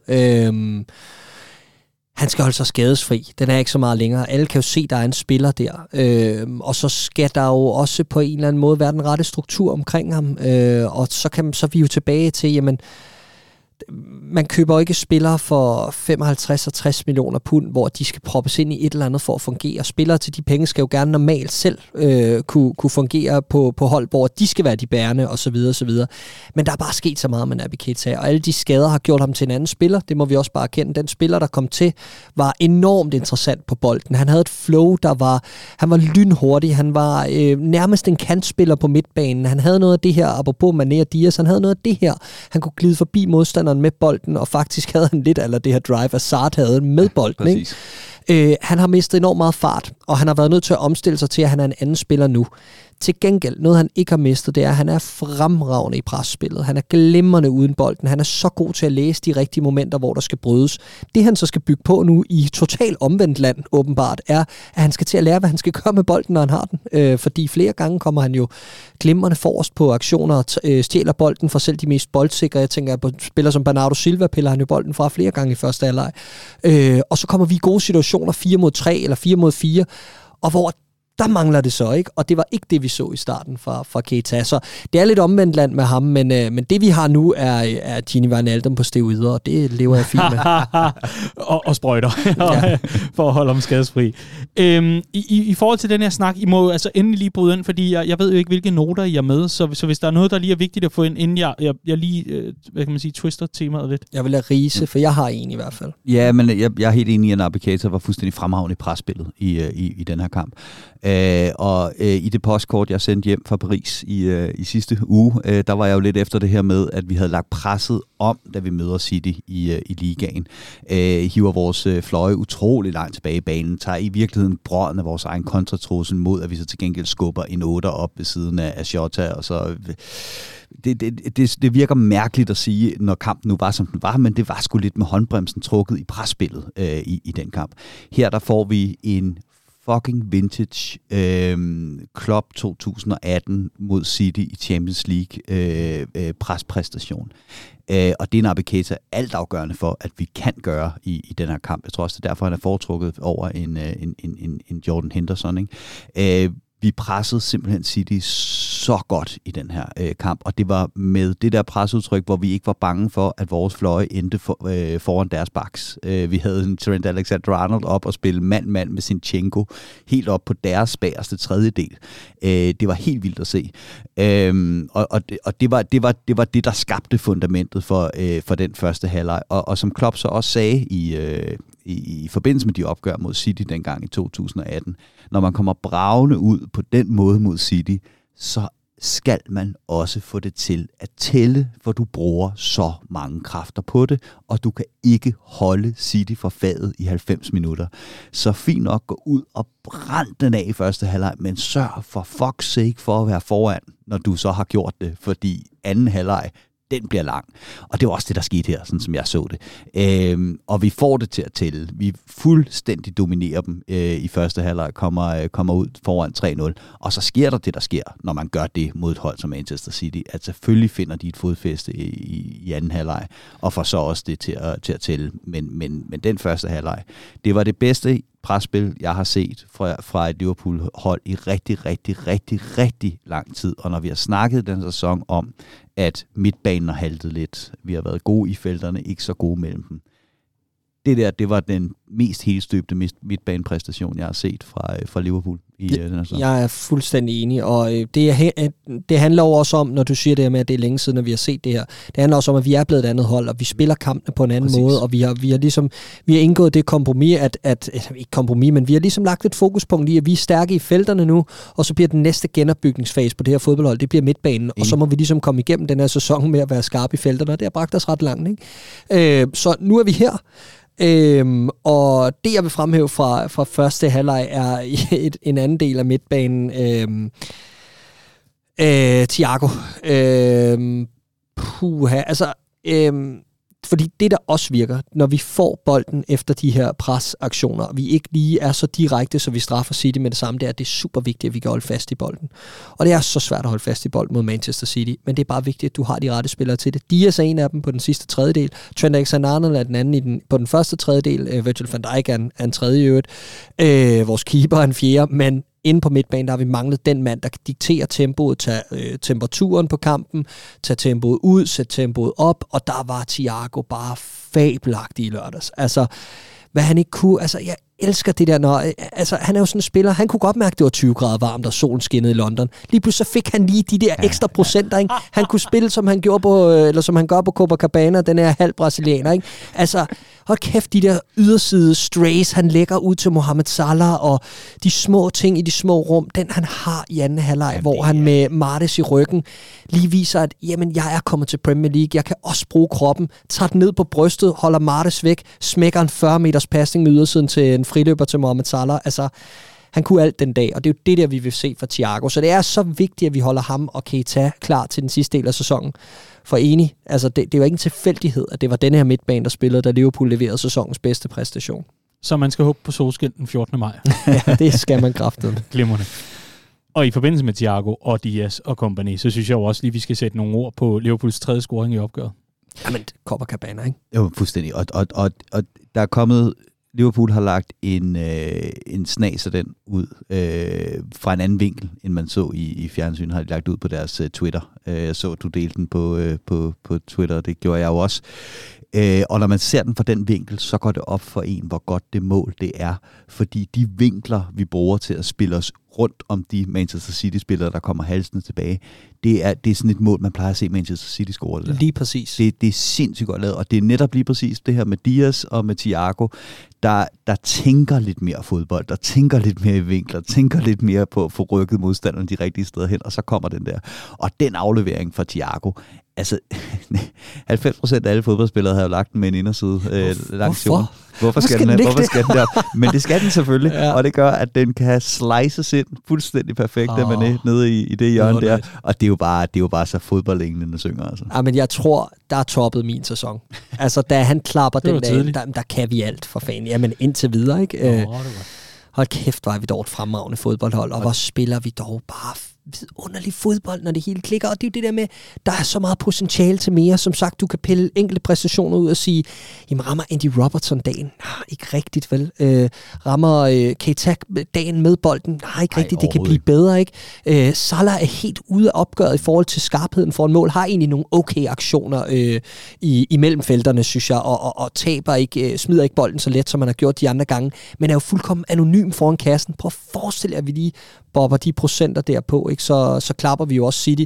Han skal holde sig skadesfri. Den er ikke så meget længere. Alle kan jo se, der er en spiller der. Og så skal der jo også på en eller anden måde være den rette struktur omkring ham. Og så er vi jo tilbage til, jamen, man køber jo ikke spillere for 55 og 60 millioner pund, hvor de skal proppes ind i et eller andet for at fungere. Spillere til de penge skal jo gerne normalt selv kunne fungere på hold, hvor de skal være de bærende osv. osv. Men der er bare sket så meget med Naby Keita, og alle de skader har gjort ham til en anden spiller. Det må vi også bare erkende. Den spiller, der kom til, var enormt interessant på bolden. Han havde et flow, han var lynhurtig. Han var nærmest en kantspiller på midtbanen. Han havde noget af det her, apropos Mané og Diaz, han havde noget af det her. Han kunne glide forbi modstanderen modstanderen med bolden, og faktisk havde han lidt eller det her drive, Hazard havde med bolden. Ikke? Han har mistet enormt meget fart, og han har været nødt til at omstille sig til, at han er en anden spiller nu. Til gengæld, noget han ikke har mistet, det er, at han er fremragende i presspillet. Han er glimrende uden bolden. Han er så god til at læse de rigtige momenter, hvor der skal brydes. Det han så skal bygge på nu i total omvendt land, åbenbart, er, at han skal til at lære, hvad han skal gøre med bolden, når han har den. Fordi flere gange kommer han jo glimrende forrest på aktioner og stjæler bolden fra selv de mest boldsikre. Jeg tænker, at på spiller som Bernardo Silva piller han jo bolden fra flere gange i første halvleg. Og så kommer vi i gode situationer, 4 mod 3 eller 4 mod 4, og hvor der mangler det så, ikke? Og det var ikke det, vi så i starten fra Keita. Så det er lidt omvendt land med ham, men det vi har nu er Gini Wijnaldum på steroider, og det lever jeg fint med. og sprøjter, for at holde ham skadesfri. I forhold til den her snak, I må altså endelig lige bryde ind, fordi jeg ved jo ikke, hvilke noter I er med, så hvis der er noget, der lige er vigtigt at få ind, inden jeg lige, hvad kan man sige, twister temaet lidt. Jeg vil lade rise, for jeg har en i hvert fald. Ja, men jeg er helt enig i, at Naby Keita var fuldstændig fremragende i presspillet i den her kamp. I det postkort, jeg sendte hjem fra Paris i sidste uge, der var jeg jo lidt efter det her med, at vi havde lagt presset om, da vi møder City i ligaen. Hiver vores fløje utrolig langt tilbage i banen, tager i virkeligheden brøden af vores egen kontratrussel mod, at vi så til gengæld skubber en 8'er op ved siden af Jota, og så... Det virker mærkeligt at sige, når kampen nu var, som den var, men det var sgu lidt med håndbremsen trukket i presspillet i den kamp. Her der får vi en fucking vintage Klopp 2018 mod City i Champions League prespræstation. Og det er Naby Keita altafgørende for, at vi kan gøre i den her kamp. Jeg tror også, det er derfor, han er foretrukket over en Jordan Henderson. Ikke? Vi pressede simpelthen City så godt i den her kamp, og det var med det der presudtryk, hvor vi ikke var bange for, at vores fløje endte foran deres backs. Vi havde en Trent Alexander-Arnold op og spille mand-mand med Zinchenko helt op på deres bagerste tredjedel. Det var helt vildt at se. Og det var det, der skabte fundamentet for den første halvleg. Og som Klopp så også sagde i forbindelse med de opgør mod City dengang i 2018, når man kommer bragende ud på den måde mod City, så skal man også få det til at tælle, for du bruger så mange kræfter på det, og du kan ikke holde City for fadet i 90 minutter. Så fint nok gå ud og brænd den af i første halvleg, men sørg for fuck's sake for at være foran, når du så har gjort det, fordi anden halvleg, den bliver lang. Og det var også det, der skete her, sådan som jeg så det. Og vi får det til at tælle. Vi fuldstændig dominerer dem i første halvleg, kommer ud foran 3-0. Og så sker der det, der sker, når man gør det mod et hold som Manchester City. At selvfølgelig finder de et fodfæste i anden halvleg, og får så også det til at tælle. Men den første halvleg, det var det bedste presspil, jeg har set fra et Liverpool-hold i rigtig, rigtig, rigtig, rigtig lang tid. Og når vi har snakket den sæson om, at midtbanen har haltet lidt, vi har været gode i felterne, ikke så gode mellem dem. Det var den mest helstøbte midtbanepræstation, jeg har set fra Liverpool i den her sæson. Jeg er fuldstændig enig, og det handler jo også om, når du siger det her med, at det er længe siden, at vi har set det her. Det handler også om, at vi er blevet et andet hold, og vi spiller kampene på en anden måde, og vi har indgået det kompromis, ikke kompromis, men vi har ligesom lagt et fokuspunkt i, at vi er stærke i felterne nu, og så bliver den næste genopbygningsfase på det her fodboldhold, det bliver midtbanen, og så må vi ligesom komme igennem den her sæson med at være skarpe i felterne, og det har bragt os ret langt, ikke? Så nu er vi her. Og det jeg vil fremhæve fra første halvleg er en anden del af midtbanen, Thiago. Fordi det, der også virker, når vi får bolden efter de her presaktioner, og vi ikke lige er så direkte, så vi straffer City med det samme, det er, at det er super vigtigt, at vi kan holde fast i bolden. Og det er så svært at holde fast i bolden mod Manchester City, men det er bare vigtigt, at du har de rette spillere til det. Diaz er en af dem på den sidste tredjedel, Trent Alexander-Arnold er den anden på den første tredjedel, Virgil van Dijk er en tredje i øvrigt, vores keeper er en fjerde, men inde på midtbanen, der har vi manglet den mand, der kan diktere tempoet, tage temperaturen på kampen, tage tempoet ud, sætte tempoet op, og der var Thiago bare fabelagtig i lørdags. Altså, hvad han ikke kunne. Altså, jeg elsker det der, når... Altså, han er jo sådan en spiller, han kunne godt mærke, at det var 20 grader varmt, og solen skinnede i London. Lige pludselig så fik han lige de der ekstra procenter, ikke? Han kunne spille, som han gjorde på, eller som han gør på Copacabana, den her halv brasilianer, ikke? Altså, hold kæft, de der yderside strays, han lægger ud til Mohamed Salah, og de små ting i de små rum, den han har i anden halvleg, hvor han med Martes i ryggen lige viser, at jamen, jeg er kommet til Premier League, jeg kan også bruge kroppen, tager den ned på brystet, holder Martes væk, smækker en 40 meters passning med ydersiden til en friløber til Mohamed Salah. Altså, han kunne alt den dag, og det er jo det der, vi vil se fra Thiago. Så det er så vigtigt, at vi holder ham og Keita klar til den sidste del af sæsonen. For enig, altså det er jo ikke en tilfældighed, at det var denne her midtbane, der spillede, da Liverpool leverede sæsonens bedste præstation. Så man skal håbe på solskin den 14. maj. Ja, det skal man kraftigt. Glimrende. Og i forbindelse med Thiago og Diaz og company, så synes jeg jo også lige, vi skal sætte nogle ord på Liverpools tredje scoring i opgøret. Jamen, Copacabana, ikke? Jo, fuldstændig. Og der er kommet... Liverpool har lagt en snas af den ud fra en anden vinkel, end man så i fjernsyn, har de lagt ud på deres Twitter. Jeg så, du delte den på Twitter, det gjorde jeg jo også. Og når man ser den fra den vinkel, så går det op for en, hvor godt det mål det er. Fordi de vinkler, vi bruger til at spille os rundt om de Manchester City-spillere, der kommer halsende tilbage, det er sådan et mål, man plejer at se Manchester City score. Det lige præcis. Det er sindssygt godt lavet, og det er netop lige præcis det her med Diaz og med Thiago, der tænker lidt mere fodbold, der tænker lidt mere i vinkler, tænker lidt mere på at få rykket modstanderne de rigtige steder hen, og så kommer den der. Og den aflevering fra Thiago, altså 90% af alle fodboldspillere har jo lagt den med en inderside langs jorden. Hvorfor skal den der? Men det skal den selvfølgelig, ja. Og det gør, at den kan slices ind fuldstændig perfekt, at man er nede i det hjørne der. Og det er jo bare så fodboldlignende synger. Altså. Ja, men jeg tror, der er toppet min sæson. Altså, da han klapper den der kan vi alt for fanden. Jamen, indtil videre, ikke? Hold kæft, var vi dog et fremragende fodboldhold, og hvor spiller vi dog bare vidunderlig fodbold, når det hele klikker. Og det er jo det der med, der er så meget potentiale til mere. Som sagt, du kan pille enkelte præstationer ud og sige, jamen rammer Andy Robertson dagen? Nej, ikke rigtigt, vel? Rammer Keita dagen med bolden? Nej, ikke rigtigt. Det kan blive bedre, ikke? Salah er helt ude af opgøret i forhold til skarpheden for en mål. Har egentlig nogle okay aktioner imellem felterne, synes jeg, og taber ikke, smider ikke bolden så let, som man har gjort de andre gange, men er jo fuldkommen anonym foran kassen. Prøv at forestille jer, at vi lige bobber de procenter derpå, ikke? Så klapper vi jo også City.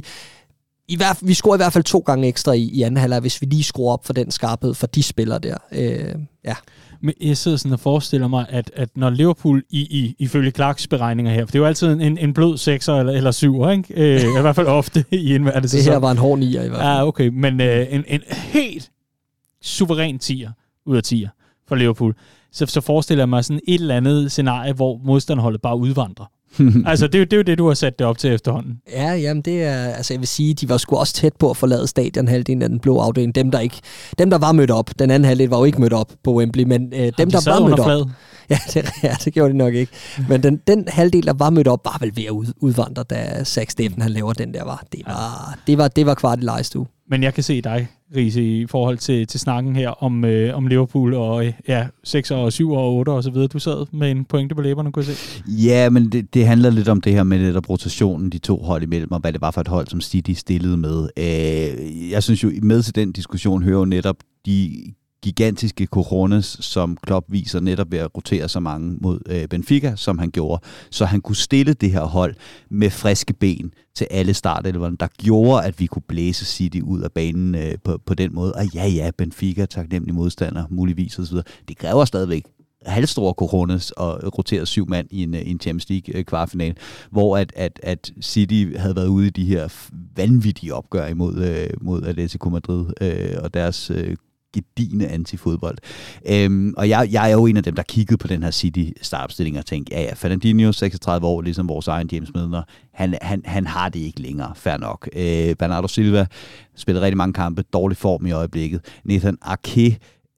Vi scorer i hvert fald 2 gange ekstra i anden halvleg, hvis vi lige skruer op for den skarphed for de spillere der. Ja. Men jeg sidder sådan og forestiller mig, at når Liverpool ifølge Clarks beregninger her, for det er jo altid en blød 6'er eller 7'er, ikke? I hvert fald ofte i indværende sæson. Det her var en hård 9'er i hvert fald. Ja, okay, men en helt suveræn 10'er ud af 10'er for Liverpool. Så forestiller jeg mig sådan et eller andet scenarie, hvor modstanderholdet bare udvandrer. Altså, det er jo det, du har sat det op til efterhånden. Ja, jamen det er, altså jeg vil sige, de var sgu også tæt på at forlade stadion halvdelen af den blå afdeling. Dem, der var mødt op. Den anden halvdel var jo ikke mødt op på Wembley, men dem, der var mødt op. Ja, det gjorde de nok ikke. Men den halvdel, der var mødt op, var vel ved at udvandre, da Zach Steffen, han laver den der var. Det var kvart i lejestue. Men jeg kan se dig, Riese, i forhold til snakken her om Liverpool og 6 og 7 og 8 og så videre. Du sad med en pointe på læberne, kunne jeg se. Ja, men det handler lidt om det her med netop rotationen, de 2 hold imellem, og hvad det var for et hold, som City stillede med. Jeg synes jo, med til den diskussion hører jo netop de gigantiske coronas, som Klopp viser netop ved at rotere så mange mod Benfica, som han gjorde. Så han kunne stille det her hold med friske ben til alle startelverne, der gjorde, at vi kunne blæse City ud af banen på den måde. Og ja, Benfica, taknemmelig modstander, muligvis osv. Det kræver stadigvæk halvstore coronas og rotere 7 mand i en Champions League kvartfinale, hvor at City havde været ude i de her vanvittige opgør imod Atletico Madrid og deres gedigne antifodbold. Og jeg er jo en af dem, der kiggede på den her City-startopstilling og tænkte, ja, Fernandinho, 36 år, ligesom vores egen James Milner, han har det ikke længere, fair nok. Bernardo Silva spillede rigtig mange kampe, dårlig form i øjeblikket. Nathan Ake,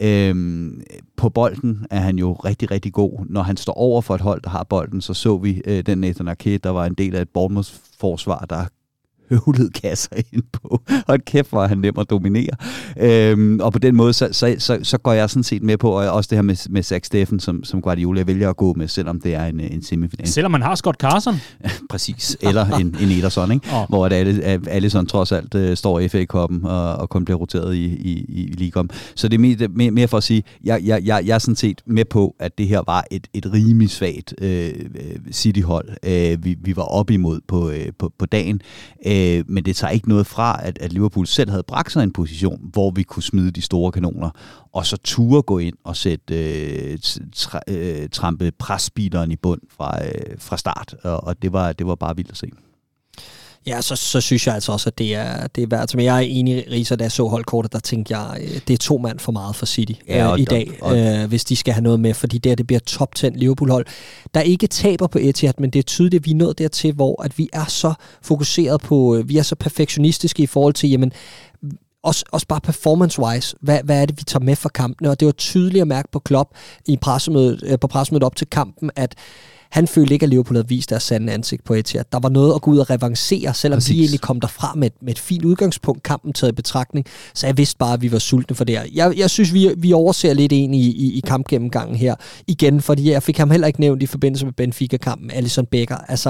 på bolden er han jo rigtig, rigtig god. Når han står over for et hold, der har bolden, så vi den Nathan Ake, der var en del af et Bournemouth-forsvar, der høvlede kasser ind på. Og kæft, hvor han nem at dominere. Og på den måde, så går jeg sådan set med på, og også det her med Zach Steffen, som Guardiola vælger at gå med, selvom det er en semifinal. Selvom man har Scott Carson? Præcis. Eller en Ederson, ikke? Hvor Alisson trods alt står i FA-koppen og kun bliver roteret i Liga. Så det er mere for at sige, jeg er sådan set med på, at det her var et rimelig svagt City-hold, vi var op imod på dagen. Men det tager ikke noget fra, at Liverpool selv havde bragt sig en position, hvor vi kunne smide de store kanoner, og så ture gå ind og sætte trampe presspileren i bund fra start, og det var bare vildt at se. Ja, så synes jeg altså også, at det er værd. Men jeg er enig, Riser, da jeg så holdkortet, der tænkte jeg, det er 2 mand for meget for City i dag, hvis de skal have noget med, fordi det bliver top 10 Liverpool-hold, der ikke taber på Etihad, men det er tydeligt, at vi er nået dertil, hvor at vi er så fokuseret på, vi er så perfektionistiske i forhold til, jamen, også bare performance-wise, hvad er det, vi tager med fra kampene, og det var tydeligt at mærke på Klopp på pressemødet op til kampen, at han følte ikke, at Liverpool havde vist deres sande ansigt på Etihad. Der var noget at gå ud og revancere, selvom de egentlig kom derfra med et fint udgangspunkt, kampen taget i betragtning. Så jeg vidste bare, at vi var sultne for det her. Jeg synes, vi overser lidt ind i kampgennemgangen her igen, fordi jeg fik ham heller ikke nævnt i forbindelse med Benfica-kampen, Alisson Becker. Altså,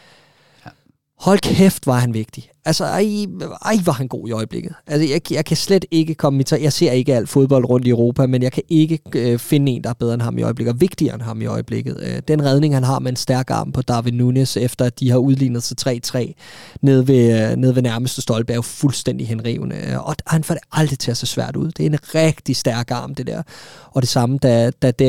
hold kæft, var han vigtig. Altså, var han god i øjeblikket. Altså, jeg kan slet ikke komme i jeg ser ikke alt fodbold rundt i Europa, men jeg kan ikke finde en, der er bedre end ham i øjeblikket, og vigtigere end ham i øjeblikket. Den redning, han har med en stærk arm på Darwin Núñez, efter at de har udlignet sig 3-3 nede ved nærmeste stolpe, er jo fuldstændig henrivende. Og han får det aldrig til at se svært ud. Det er en rigtig stærk arm, det der. Og det samme, da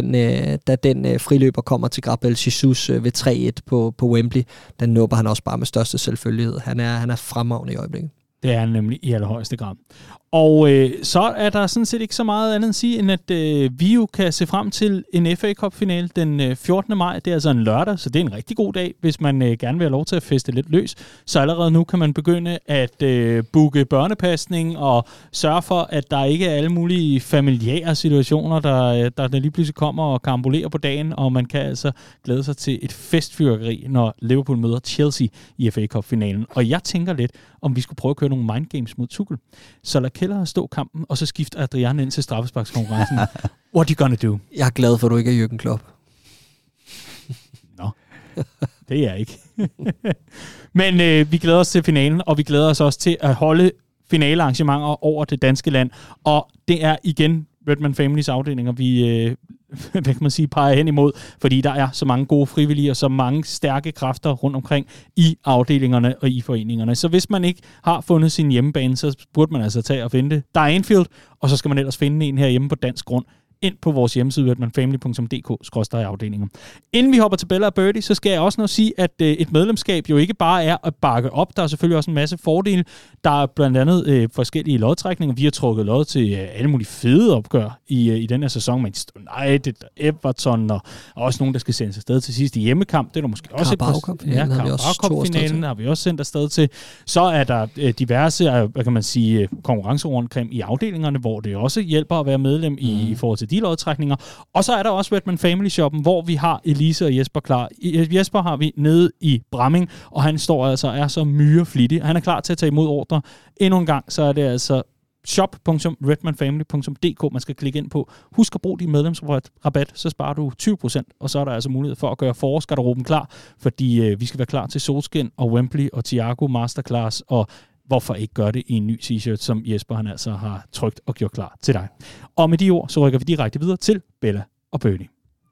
den friløber kommer til Gabriel Jesus ved 3-1 på Wembley, den nubber han også bare med største selvfølgelighed. Han er fremragende i øjeblikket. Det er han nemlig i allerhøjeste grad. Og så er der sådan set ikke så meget andet at sige, end at vi jo kan se frem til en FA Cup-finale den 14. maj. Det er altså en lørdag, så det er en rigtig god dag, hvis man gerne vil have lov til at feste lidt løs. Så allerede nu kan man begynde at booke børnepasning og sørge for, at der ikke er alle mulige familiære situationer, der lige pludselig kommer og karambolerer på dagen, og man kan altså glæde sig til et festfyrkeri, når Liverpool møder Chelsea i FA Cup-finalen. Og jeg tænker lidt, om vi skulle prøve at køre nogle mindgames mod Tuchel. Så lad Keller stå kampen, og så skifter Adrian ind til straffesparkskonkurrencen. What you gonna do? Jeg er glad for, at du ikke er Jürgen Klopp. Nå, det er jeg ikke. Men vi glæder os til finalen, og vi glæder os også til at holde finalearrangementer over det danske land. Og det er igen Redman Families afdelinger, vi hvad kan man sige, peger hen imod, fordi der er så mange gode frivillige og så mange stærke kræfter rundt omkring i afdelingerne og i foreningerne. Så hvis man ikke har fundet sin hjemmebane, så burde man altså tage og finde det. Der er Anfield, og så skal man ellers finde en herhjemme på dansk grund. Ind på vores hjemmeside, redmanfamily.dk/afdelinger. Inden vi hopper til Bella og Birdie, så skal jeg også nå sige, at et medlemskab jo ikke bare er at bakke op. Der er selvfølgelig også en masse fordele. Der er blandt andet forskellige lodtrækninger. Vi har trukket lod til alle mulige fede opgør i den her sæson. Manchester United, Everton og også nogen, der skal sendes afsted til sidst i hjemmekamp. Det er der måske også Carabao Cup-finalen har vi også sendt afsted til. Så er der diverse, hvad kan man sige, konkurrencer rundt omkring i afdelingerne, hvor det også hjælper at være medlem i forhold til de lodtrækninger. Og så er der også Redman Family Shoppen, hvor vi har Elise og Jesper klar. Jesper har vi nede i Bramming, og han står altså er så myreflittig. Han er klar til at tage imod ordre. Endnu en gang, så er det altså shop.redmanfamily.dk, man skal klikke ind på. Husk at bruge din medlemsrabat, så sparer du 20%, og så er der altså mulighed for at gøre forårsgarderoben klar, fordi vi skal være klar til solskin og Wembley og Thiago Masterclass, og hvorfor ikke gøre det i en ny t-shirt, som Jesper han altså har trykt og gjort klar til dig. Og med de ord, så rykker vi direkte videre til Bella og Birdie.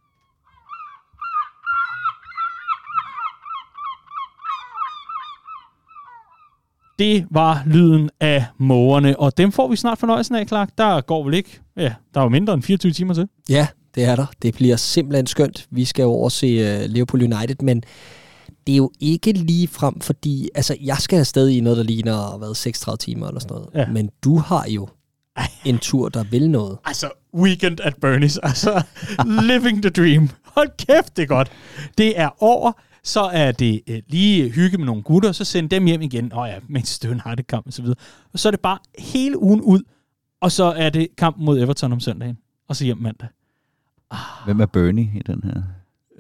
Det var lyden af mågerne, og dem får vi snart fornøjelsen af, Clark. Der går vel ikke, der er jo mindre end 24 timer til. Ja, det er der. Det bliver simpelthen skønt. Vi skal jo overse Liverpool United, men det er jo ikke lige frem, fordi altså, jeg skal afsted i noget, der ligner 36 timer eller sådan noget. Ja. Men du har jo en tur, der vil noget. Altså, weekend at Bernie's. Altså, living the dream. Hold kæft, det er godt. Det er over. Så er det lige hygge med nogle gutter, så send dem hjem igen. Manchester United-kamp og så videre. Og så er det bare hele ugen ud, og så er det kampen mod Everton om søndagen. Og så hjem mandag. Hvem er Bernie i den her?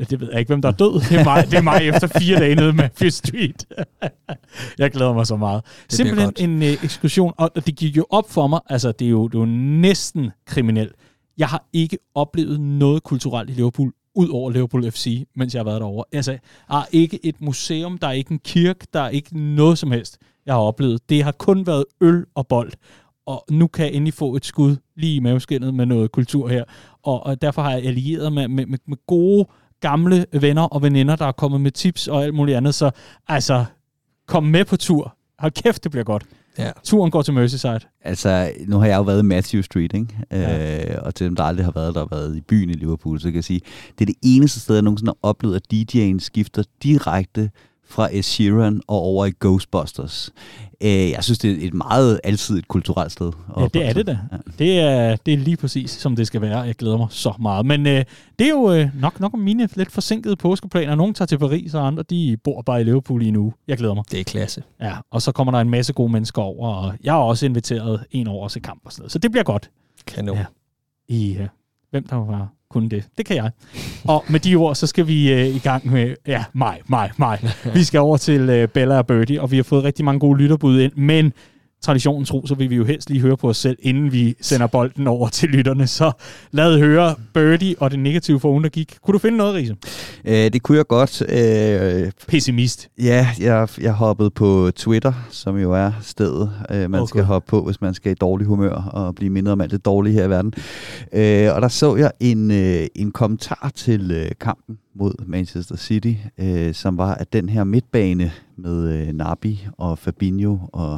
Det ved jeg ikke, hvem der er død. Det er mig efter 4 dage nede med Fifth Street. Jeg glæder mig så meget. Simpelthen en ekskursion, og det gik jo op for mig, altså det er jo næsten kriminelt. Jeg har ikke oplevet noget kulturelt i Liverpool, ud over Liverpool FC, mens jeg har været derovre. Altså, der er ikke et museum, der er ikke en kirke, der er ikke noget som helst, jeg har oplevet. Det har kun været øl og bold. Og nu kan jeg endelig få et skud lige i maveskindet med noget kultur her. Og derfor har jeg allieret med gode, gamle venner og veninder, der er kommet med tips og alt muligt andet. Så altså, kom med på tur. Hold kæft, det bliver godt. Ja. Turen går til Merseyside. Altså, nu har jeg jo været i Matthew Street, ikke? Ja. Og til dem, der aldrig har været i byen i Liverpool, så kan jeg sige, det er det eneste sted, jeg nogensinde har oplevet, at DJ'en skifter direkte fra Ed Sheeran og over i Ghostbusters. Jeg synes, det er et meget alsidigt kulturelt sted. Ja, det er det da. Ja. Det er lige præcis, som det skal være. Jeg glæder mig så meget. Men det er jo nok om mine lidt forsinkede påskeplaner. Nogle tager til Paris, og andre de bor bare i Liverpool i en uge. Jeg glæder mig. Det er klasse. Ja, og så kommer der en masse gode mennesker over, og jeg har også inviteret en over til kamp og sådan noget. Så det bliver godt. Kanon. Ja. Hvem der var kunne det? Det kan jeg. Og med de ord, så skal vi i gang med, mig. Vi skal over til Bella og Birdie, og vi har fået rigtig mange gode lytterbud ind, men traditionen tro, så vil vi jo helst lige høre på os selv, inden vi sender bolden over til lytterne. Så lad høre Birdie og det negative for ugen, der gik. Kunne du finde noget, Riese? Det kunne jeg godt. Pessimist. Ja, jeg hoppede på Twitter, som jo er stedet, man skal hoppe på, hvis man skal i dårlig humør og blive mindre om alt det dårlige her i verden. Og der så jeg en kommentar til kampen mod Manchester City, som var, at den her midtbane med Naby og Fabinho og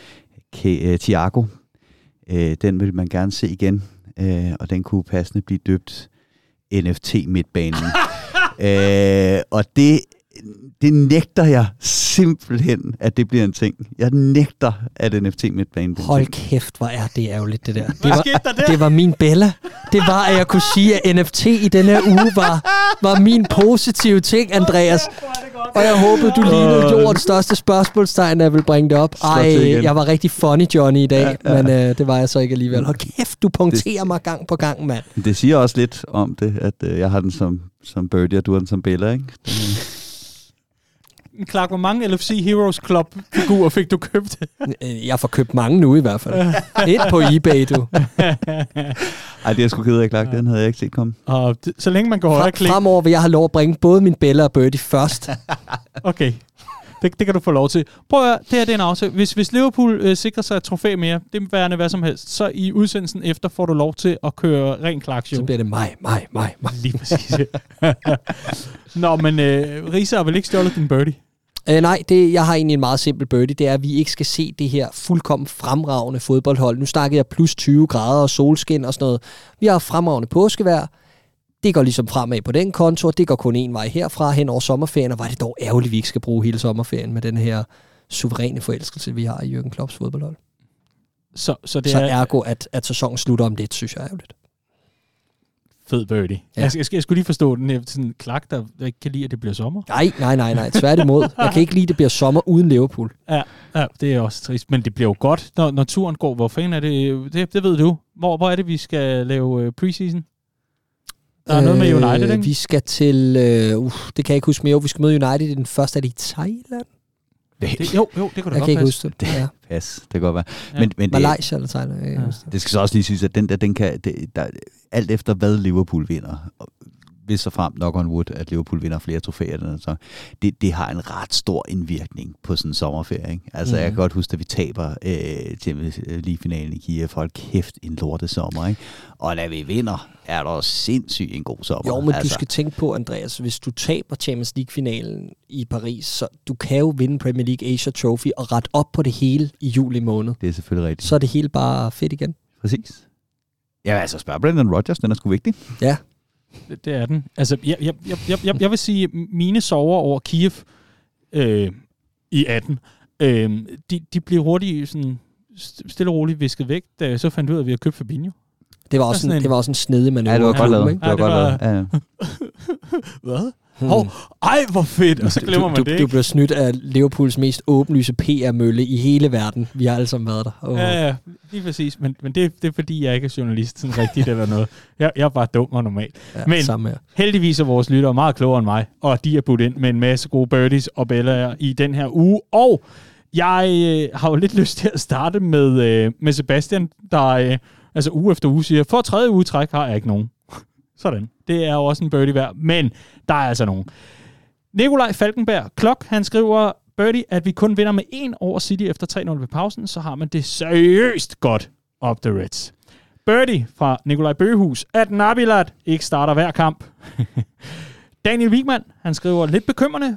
Thiago, den vil man gerne se igen, og den kunne passende blive døbt NFT-midtbanen. Og det nægter jeg simpelthen, at det bliver en ting. Jeg nægter, at NFT-midtbanen bliver Hold kæft, hvor er det ærgerligt, det der. Det var min Bella. Det var, at jeg kunne sige, at NFT i den her uge var min positive ting, Andreas. Og jeg håbede, du lignede jordens største spørgsmålstegn, jeg vil bringe det op. Jeg var rigtig funny Johnny i dag, men det var jeg så ikke alligevel. Hold kæft, du punkterer mig gang på gang, mand. Det siger også lidt om det, at jeg har den som Birdie, og du har den som Bella, ikke? Clark, hvor mange LFC Heroes Club-figurer fik du købt? Jeg får købt mange nu i hvert fald. Et på eBay, du. Ej, det er jeg sgu ked af, Clark. Den havde jeg ikke set komme. Og så længe man går højre klik... Fremover vil jeg have lov at bringe både min Bella og Birdie først. Okay. Det kan du få lov til. Prøv at høre, det her det er en aftale. Hvis Liverpool sikrer sig et trofæ mere, det er hvad som helst, så i udsendelsen efter får du lov til at køre ren Clark-show. Så bliver det mig. Lige præcis. Nå, men Riese har vel ikke stjålet din Birdie? Nej, jeg har egentlig en meget simpel Birdie. Det er, at vi ikke skal se det her fuldkommen fremragende fodboldhold. Nu snakker jeg plus 20 grader og solskin og sådan noget. Vi har fremragende påskevejr. Det går ligesom fremad på den konto, det går kun en vej herfra hen over sommerferien, og var det dog ærgerligt, at vi ikke skal bruge hele sommerferien med den her suveræne forelskelse, vi har i Jürgen Klopps fodboldhold. Så ergo, at sæsonen slutter om lidt, synes jeg er ærgerligt. Fed Birdie. Ja. Jeg skulle lige forstå den her sådan klak, der ikke kan lide, at det bliver sommer. Nej. Tværtimod. Jeg kan ikke lide, at det bliver sommer uden Liverpool. Ja, det er også trist. Men det bliver jo godt, når turen går. Hvor fanden er det? Det ved du. Hvor er det, vi skal lave preseason? Der er noget med United, ikke? Vi skal til... det kan jeg ikke huske mere. Vi skal møde United i den første. Er det i Thailand? Jo, det kan du godt kan ikke huske det. Ja. Pas, det kan godt være. Ja. Men Malaysia eller Thailand. Ja. Det skal så også lige sige, at den kan... alt efter hvad Liverpool vinder, hvis så frem nok on wood, at Liverpool vinder flere trofæer, så det har en ret stor indvirkning på sådan en sommerferie. Ikke? Altså jeg kan godt huske, at vi taber Champions League-finalen i Kiev. Hold kæft, en lorte sommer. Ikke? Og når vi vinder, er der sindssygt en god sommer. Jo, men du skal tænke på, Andreas, hvis du taber Champions League-finalen i Paris, så du kan jo vinde Premier League Asia Trophy og rette op på det hele i juli måned. Det er selvfølgelig rigtigt. Så er det hele bare fedt igen. Præcis. Ja, altså spørg Brendan Rodgers, den er sgu vigtig. Ja. Det er den. Altså, jeg vil sige, mine sover over Kiev i 18, de bliver hurtigt sådan stille og roligt visket væk, da jeg så fandt ud af, at vi har købt Fabinho. Det var også en snedig manøvre. Ja, det var godt lavet. Ja. Hvad? Ej, hvor fedt, og så glemmer man det, Du bliver snydt af Liverpools mest åbenlyse PR-mølle i hele verden. Vi har alle sammen været der. Ja, lige præcis. Men det er fordi, jeg ikke er journalist sådan rigtigt eller noget. Jeg er bare dum og normal. Ja, men heldigvis er vores lyttere meget klogere end mig, og de er budt ind med en masse gode birdies og bellaer i den her uge. Og jeg har jo lidt lyst til at starte med Sebastian, der altså uge efter uge siger, for 3. uge træk har jeg ikke nogen. Sådan. Det er jo også en birdie værd, men der er altså nogen. Nikolaj Falkenberg Klok, han skriver, birdie, at vi kun vinder med 1 over City efter 3-0 ved pausen, så har man det seriøst godt op the Reds. Birdie fra Nikolaj Bøgehus, at Nabilat ikke starter hver kamp. Daniel Wigman, han skriver, lidt bekymrende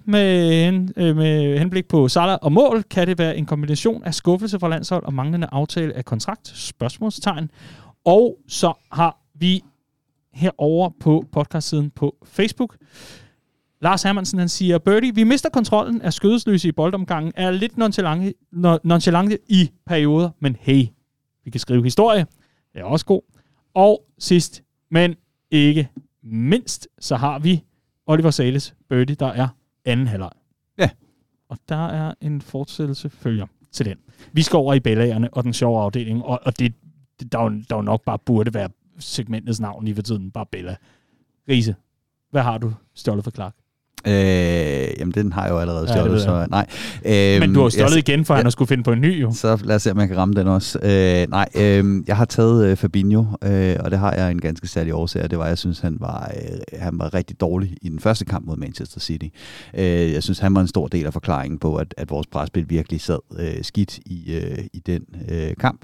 med henblik på Salah og mål. Kan det være en kombination af skuffelse fra landshold og manglende aftale af kontrakt? Spørgsmålstegn. Og så har vi herover på podcastsiden på Facebook. Lars Hermansen, han siger, birdie, vi mister kontrollen af skødesløse i boldomgangen, er lidt nonchalante i perioder, men hey, vi kan skrive historie. Det er også god. Og sidst, men ikke mindst, så har vi Oliver Sales birdie, der er anden halvleg. Ja. Og der er en fortsættelse følger til den. Vi skal over i bellagerne og den sjove afdeling, og det der jo nok bare burde være segmentets navn lige for tiden, bare Bella. Riese, hvad har du stjålet for Clark? Jamen, den har jeg jo allerede stjålet, så nej. Men du har stjålet igen, for han har skulle finde på en ny, jo. Så lad os se, om jeg kan ramme den også. Jeg har taget Fabinho, og det har jeg en ganske særlig årsag, og det var, jeg synes, han var rigtig dårlig i den første kamp mod Manchester City. Jeg synes, han var en stor del af forklaringen på, at vores presspil virkelig sad skidt i den kamp.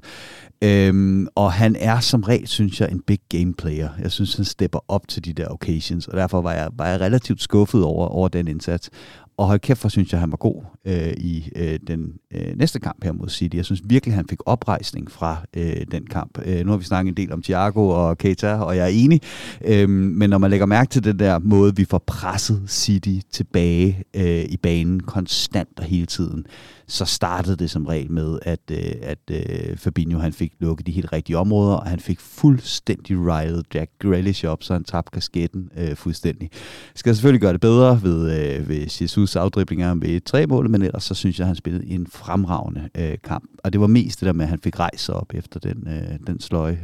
Og han er som regel, synes jeg, en big game player. Jeg synes, han stepper op til de der occasions, og derfor var jeg relativt skuffet over den indsats. Og hold kæft, for synes jeg, han var god i den næste kamp her mod City. Jeg synes virkelig, han fik oprejsning fra den kamp. Nu har vi snakket en del om Thiago og Keita, og jeg er enig. Men når man lægger mærke til den der måde, vi får presset City tilbage i banen konstant og hele tiden, så startede det som regel med, at Fabinho han fik lukket de helt rigtige områder, og han fik fuldstændig rilet Jack Grealish op, så han tabte kasketten fuldstændig. Skal selvfølgelig gøre det bedre ved Jesus' afdriblinger ved 3-målet, men ellers så synes jeg, at han spillede en fremragende kamp. Og det var mest det der med, at han fik rejst sig op efter den sløje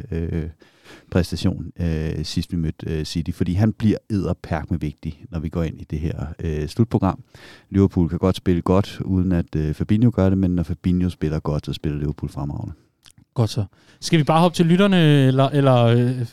præstation sidst vi mødte City, fordi han bliver edderperk med vigtig, når vi går ind i det her slutprogram. Liverpool kan godt spille godt, uden at Fabinho gør det, men når Fabinho spiller godt, så spiller Liverpool fremragende. Godt så. Skal vi bare hoppe til lytterne, eller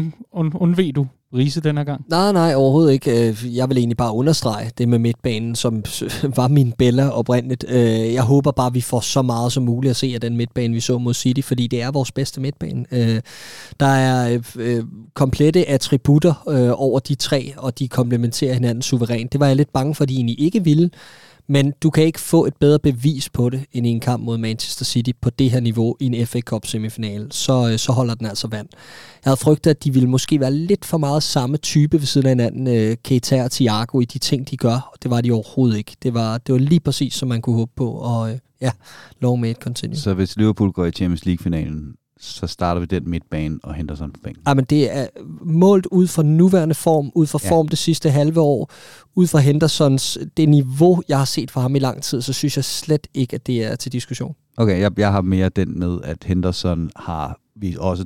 undved du Riise den her gang? Nej, overhovedet ikke. Jeg vil egentlig bare understrege det med midtbanen, som var min Bella oprindeligt. Jeg håber bare, at vi får så meget som muligt at se af den midtbane, vi så mod City, fordi det er vores bedste midtbane. Der er komplette attributter over de tre, og de komplementerer hinanden suverænt. Det var jeg lidt bange for, at de egentlig ikke ville. Men du kan ikke få et bedre bevis på det, end i en kamp mod Manchester City på det her niveau i en FA Cup semifinale. Så holder den altså vand. Jeg havde frygtet, at de ville måske være lidt for meget samme type ved siden af hinanden, Keita og Thiago, i de ting, de gør. Og det var de overhovedet ikke. Det var lige præcis, som man kunne håbe på. Og long may it continue. Så hvis Liverpool går i Champions League-finalen, så starter vi den midtbane og henter sådan på bænken. Ja, men det er målt ud fra nuværende form, ud fra form det sidste halve år, ud fra Hendersons, det niveau, jeg har set fra ham i lang tid, så synes jeg slet ikke, at det er til diskussion. Okay, jeg har mere den med, at Henderson har vi også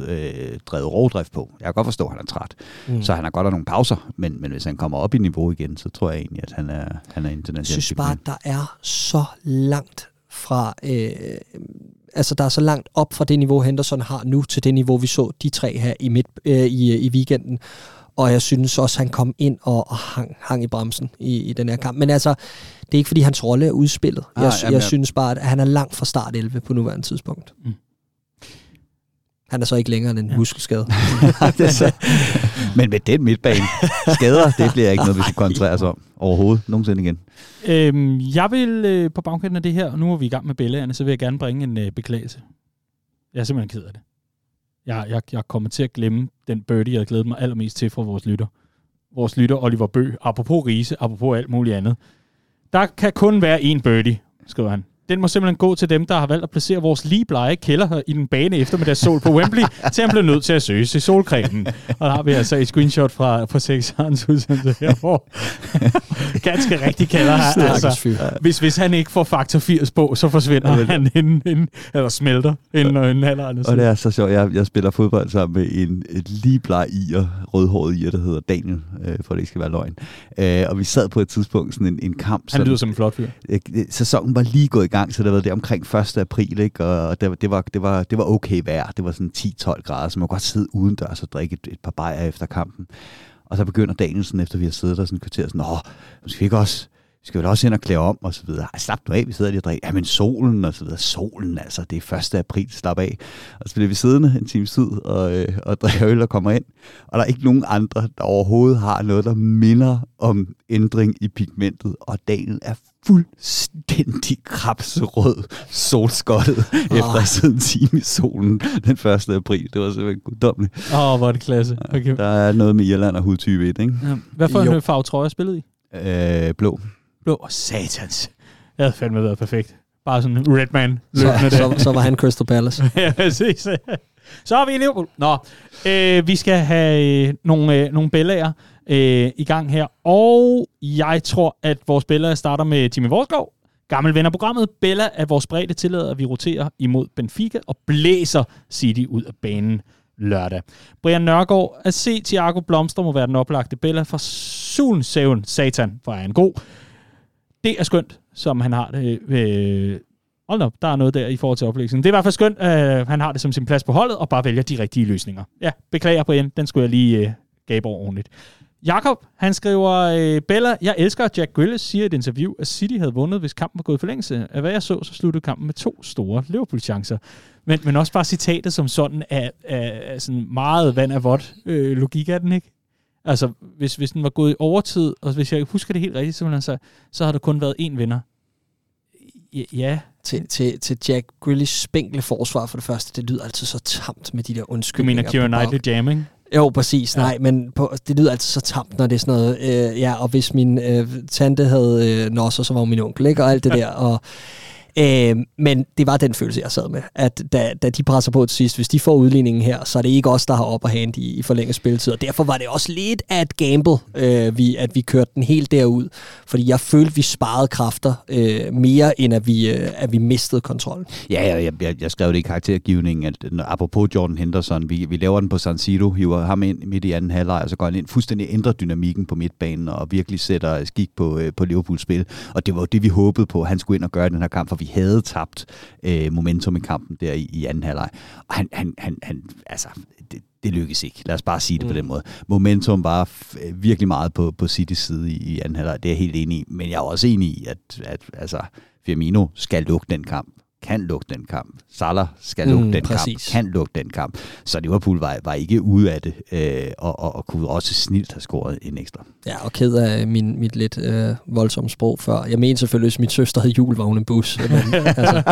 drevet rovdrift på. Jeg kan godt forstå, at han er træt, så han har godt af nogle pauser, men hvis han kommer op i niveau igen, så tror jeg egentlig, at han er international. Jeg synes bare, at der er så langt fra... der er så langt op fra det niveau, Henderson har nu, til det niveau, vi så de tre her i weekenden. Og jeg synes også, han kom ind og hang i bremsen i den her kamp. Men altså, det er ikke, fordi hans rolle er udspillet. Jeg synes bare, at han er langt fra start 11 på nuværende tidspunkt. Mm. Han er så ikke længere end en muskelskade. Men med den midtbane, skader, det bliver ikke noget, vi skal koncentrere os om overhovedet, nogensinde igen. Jeg vil på bagkanten af det her, og nu er vi i gang med billagerne, så vil jeg gerne bringe en beklagelse. Jeg er simpelthen ked af det. Jeg kommer til at glemme den birdie, jeg havde glædet mig allermest til fra vores lytter. Vores lytter, Oliver Bøg, apropos Riise, apropos alt muligt andet. Der kan kun være én birdie, skriver han. den må simpelthen gå til dem, der har valgt at placere vores lige blege kælder i den bane eftermiddagssol på Wembley, til han blev nødt til at søge til solcremen. Og der har vi altså et screenshot fra Sexarens udsendelse her, hvor ganske rigtig kalder han. Altså, hvis han ikke får faktor 80 på, så forsvinder han eller smelter inden halvåret. Og det er så sjovt. Jeg spiller fodbold sammen med en lige bleg rødhåret der hedder Daniel, for det ikke skal være løgn. Og vi sad på et tidspunkt sådan en kamp. Han lyder som en flot fyr. Sæsonen var lige gået i gang, så det var det omkring 1. april, ikke? Og det var okay vejr. Det var sådan 10-12 grader, så man kunne godt sidde udendørs og drikke et par bajer efter kampen. Og så begynder Danielsen, efter vi har siddet der sådan et kvarter, sådan, vi skal vel også ind og klæde om, og så videre. Slap du af, vi sidder lige og drikker. Jamen solen, og så videre. Solen, altså, det er 1. april, slap af. Og så bliver vi siddende en times tid, og drikker øl og kommer ind. Og der er ikke nogen andre, der overhovedet har noget, der minder om ændring i pigmentet. Og Daniel er fuldstændig krabserød, solskottet, efter at sidde en time i solen den 1. april. Det var simpelthen guddommeligt. Hvor er det klasse. Okay. Der er noget med Irland og hudtype 1, ikke? Ja. Hvad for en farve trøje spillet i? Blå. Blå. Satans. Jeg havde fandme været perfekt. Bare sådan en Redman. Så var han Crystal Palace. Ja, præcis. Så har vi Liverpool. Vi skal have nogle bellager i gang her. Og jeg tror, at vores bellager starter med Jimmy Vorskov. Gammel ven af programmet. Bella er vores bredde tillader, at vi roterer imod Benfica og blæser City ud af banen lørdag. Brian Nørgaard, at se Thiago blomstre må være den oplagte Bella for sulens saven. Satan, hvor er han god. Det er skønt, som han har det. Hold op, der er noget der i forhold til oplæggelsen. Det er i hvert fald skønt, at han har det som sin plads på holdet, og bare vælger de rigtige løsninger. Ja, beklager Brian, den skulle jeg lige gabe over ordentligt. Jakob, han skriver, Bella, jeg elsker, at Jack Grealish siger i et interview, at City havde vundet, hvis kampen var gået i forlængelse. Af hvad jeg så sluttede kampen med 2 store Liverpool-chancer. Men også bare citatet som sådan er sådan meget vand af vådt logik af den, ikke? Altså, hvis den var gået i overtid, og hvis jeg husker det helt rigtigt, så har der kun været 1 vinder. Ja. Til Jack Grealish spinkle forsvar for det første, det lyder altid så tamt med de der undskyldninger. Du mener Keira Knightley jamming? Jo, præcis. Ja. Nej, men det lyder altid så tamt, når det er sådan noget, og hvis min tante havde nosser, så var min onkel, ikke? Og alt det der, og men det var den følelse, jeg sad med, at da de presser på til sidst, hvis de får udligningen her, så er det ikke os, der har op og hand i forlænget spilletid, og derfor var det også lidt af et gamble, at vi kørte den helt derud, fordi jeg følte, vi sparede kræfter mere, end at vi mistede kontrollen. Ja, jeg skrev det i karaktergivningen, at apropos Jordan Henderson, vi laver den på San Siro, hiver ham ind midt i anden halvleg, og så går han ind fuldstændig ændrer dynamikken på midtbanen, og virkelig sætter skik på Liverpools spil, og det var det, vi håbede på, han skulle ind og gøre den her kamp, for vi havde tabt momentum i kampen der i anden halvleg. Og han altså, det lykkedes ikke. Lad os bare sige det på den måde. Momentum var virkelig meget på Citys side i anden halvleg. Det er jeg helt enig i. Men jeg er også enig i, at altså, Firmino skal lukke den kamp. Kan lukke den kamp. Salah skal lukke den kamp. Kan lukke den kamp. Så Liverpool var ikke ude af det, og kunne også snilt have scoret en ekstra. Ja, og ked af mit lidt voldsomme sprog før. Jeg mener selvfølgelig, hvis min søster havde jul, var hun en bus. Altså.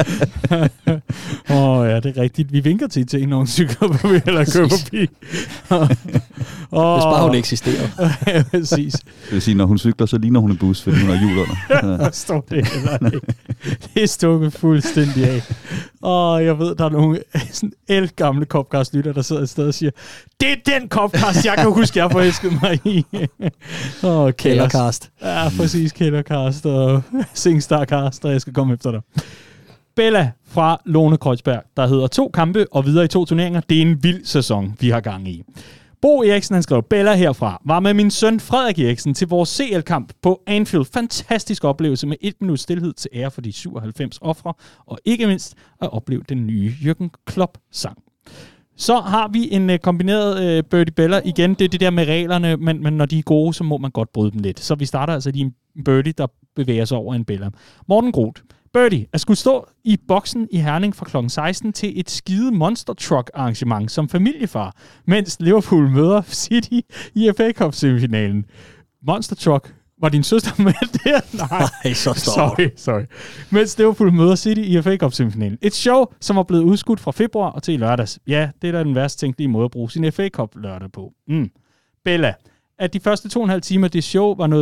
Ja, det er rigtigt. Vi vinker til en, når hun cykler på vi eller kører forbi. Hvis bare hun eksisterer. Ja, præcis. Det vil sige, når hun cykler, så ligner hun en bus, fordi hun har jul under. Der står det heller ikke. Det er stukket fuldstændig af. Og jeg ved, der er nogle sådan ældgamle Copcast-lytter, der sidder et sted og siger, det er den Copcast, jeg kan huske, jeg forelskede mig i. Kældercast. Ja, præcis. Kældercast og Singstarcast, og jeg skal komme efter dig. Bella fra Lone Kreuzberg, der hedder 2 kampe og videre i 2 turneringer. Det er en vild sæson, vi har gang i. Bo Eriksen, han skrev, Bella herfra, var med min søn Frederik Eriksen til vores CL-kamp på Anfield. Fantastisk oplevelse med 1 minut stilhed til ære for de 97 ofre, og ikke mindst at opleve den nye Jürgen Klopp-sang. Så har vi en kombineret Birdie Bella. Igen, det er det der med reglerne, men når de er gode, så må man godt bryde dem lidt. Så vi starter altså lige en Birdie, der bevæger sig over en Bella. Morten Groth. Birdie, at skulle stå i boksen i Herning fra kl. 16 til et skide monster truck arrangement som familiefar, mens Liverpool møder City i FA Cup semifinalen. Monster truck. Var din søster med der? Nej, så sorry. Mens Liverpool møder City i FA Cup semifinalen. Et show, som var blevet udskudt fra februar og til i lørdags. Ja, det er da den værst tænkelige måde at bruge sin FA Cup lørdag på. Bella, at de første 2,5 timer det show var noget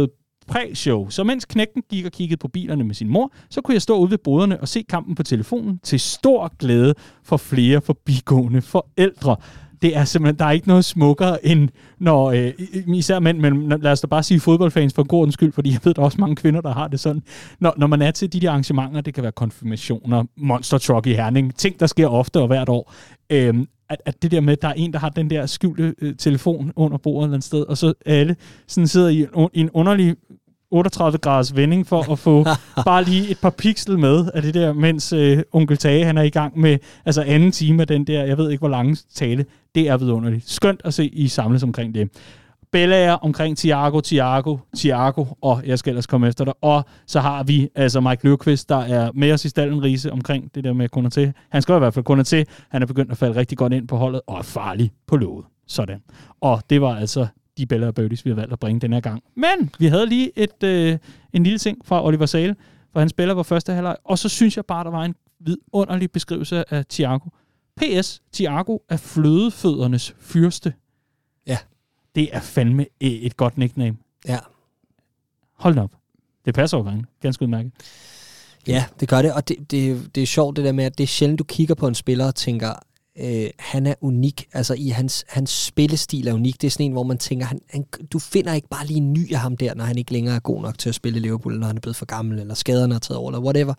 præ-show. Så mens knægten gik og kiggede på bilerne med sin mor, så kunne jeg stå ude ved boderne og se kampen på telefonen til stor glæde for flere forbigående forældre. Det er simpelthen, der er ikke noget smukkere end, når især mænd, men lad os da bare sige fodboldfans for en god skyld, fordi jeg ved, der er også mange kvinder, der har det sådan. Når man er til de der arrangementer, det kan være konfirmationer, Monster Truck i Herning, ting, der sker ofte og hvert år, at det der med, at der er en, der har den der skjulte telefon under bordet et eller andet sted, og så alle sådan sidder i en underlig 38-graders vending for at få bare lige et par pixel med af det der, mens onkel Tage, han er i gang med altså anden time af den der, jeg ved ikke hvor lange tale. Det er vidunderligt. Skønt at se, I samles omkring det. Bellager omkring Thiago, og jeg skal ellers komme efter dig. Og så har vi altså Mike Løvqvist, der er med os i stallen Riise omkring det der med Konaté. Han skal i hvert fald Konaté. Han er begyndt at falde rigtig godt ind på holdet, og er farlig på låget. Sådan. Og det var altså de Bella og Birdies, vi har valgt at bringe den her gang. Men vi havde lige en lille ting fra Oliver Sale, for han spiller på første halvleg, og så synes jeg bare, der var en vidunderlig beskrivelse af Thiago. P.S. Thiago er flødeføddernes fyrste. Ja. Det er fandme et godt nickname. Ja. Hold da op. Det passer jo ganske udmærket. Ja, det gør det, og det er sjovt det der med, at det er sjældent, du kigger på en spiller og tænker, han er unik, altså i hans spillestil er unik. Det er sådan en, hvor man tænker, du finder ikke bare lige en ny af ham der, når han ikke længere er god nok til at spille i Liverpool, når han er blevet for gammel, eller skaderne er taget over, eller whatever.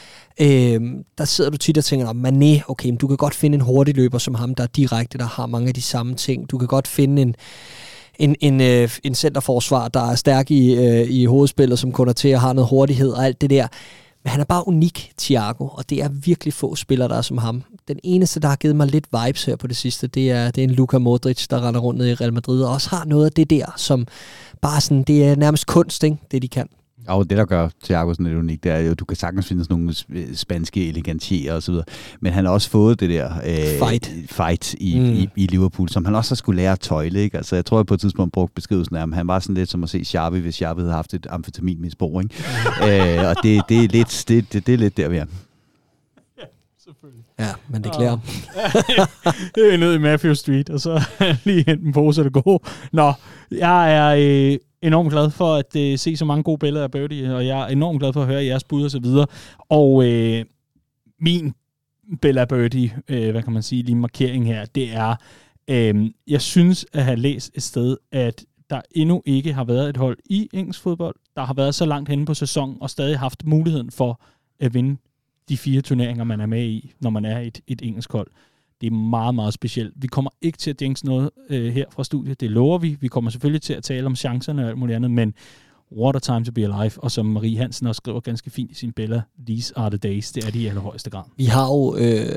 Der sidder du tit og tænker, Mané, okay, men du kan godt finde en hurtig løber som ham, der er direkte, der har mange af de samme ting. Du kan godt finde en centerforsvar, der er stærk i hovedspillet, som Konaté og har noget hurtighed og alt det der. Men han er bare unik, Thiago, og det er virkelig få spillere, der er som ham. Den eneste, der har givet mig lidt vibes her på det sidste, det er en Luka Modric, der render rundt ned i Real Madrid, og også har noget af det der, som bare sådan, det er nærmest kunst, ikke? Det de kan. Og det, der gør Thiago sådan lidt unikt, det er jo, du kan sagtens finde sådan nogle spanske elegantier og så videre, men han har også fået det der fight i Liverpool, som han også har skulle lære at tøjle, ikke? Altså, jeg tror, jeg på et tidspunkt brugte beskrivelsen af ham. Han var sådan lidt som at se Xavi, hvis Xavi havde haft et amfetaminmisbrug, ikke? Og det er lidt der, vi er. Selvfølgelig. Ja, men det klæder ham. Det er nede i Matthew Street, og så lige hente en pose af det gode. Nå, jeg er enormt glad for at se så mange gode billeder af Birdie, og jeg er enormt glad for at høre jeres bud og så videre. Og min Bella Birdie, hvad kan man sige, lige markering her, det er, jeg synes at have læst et sted, at der endnu ikke har været et hold i engelsk fodbold, der har været så langt henne på sæsonen, og stadig haft muligheden for at vinde de 4 turneringer, man er med i, når man er et engelsk hold. Det er meget, meget specielt. Vi kommer ikke til at jinx noget her fra studiet, det lover vi. Vi kommer selvfølgelig til at tale om chancerne og alt muligt andet, men what a time to be alive, og som Marie Hansen også skriver ganske fint i sin Bella, these are the days, det er de i allerhøjeste grad. Vi har jo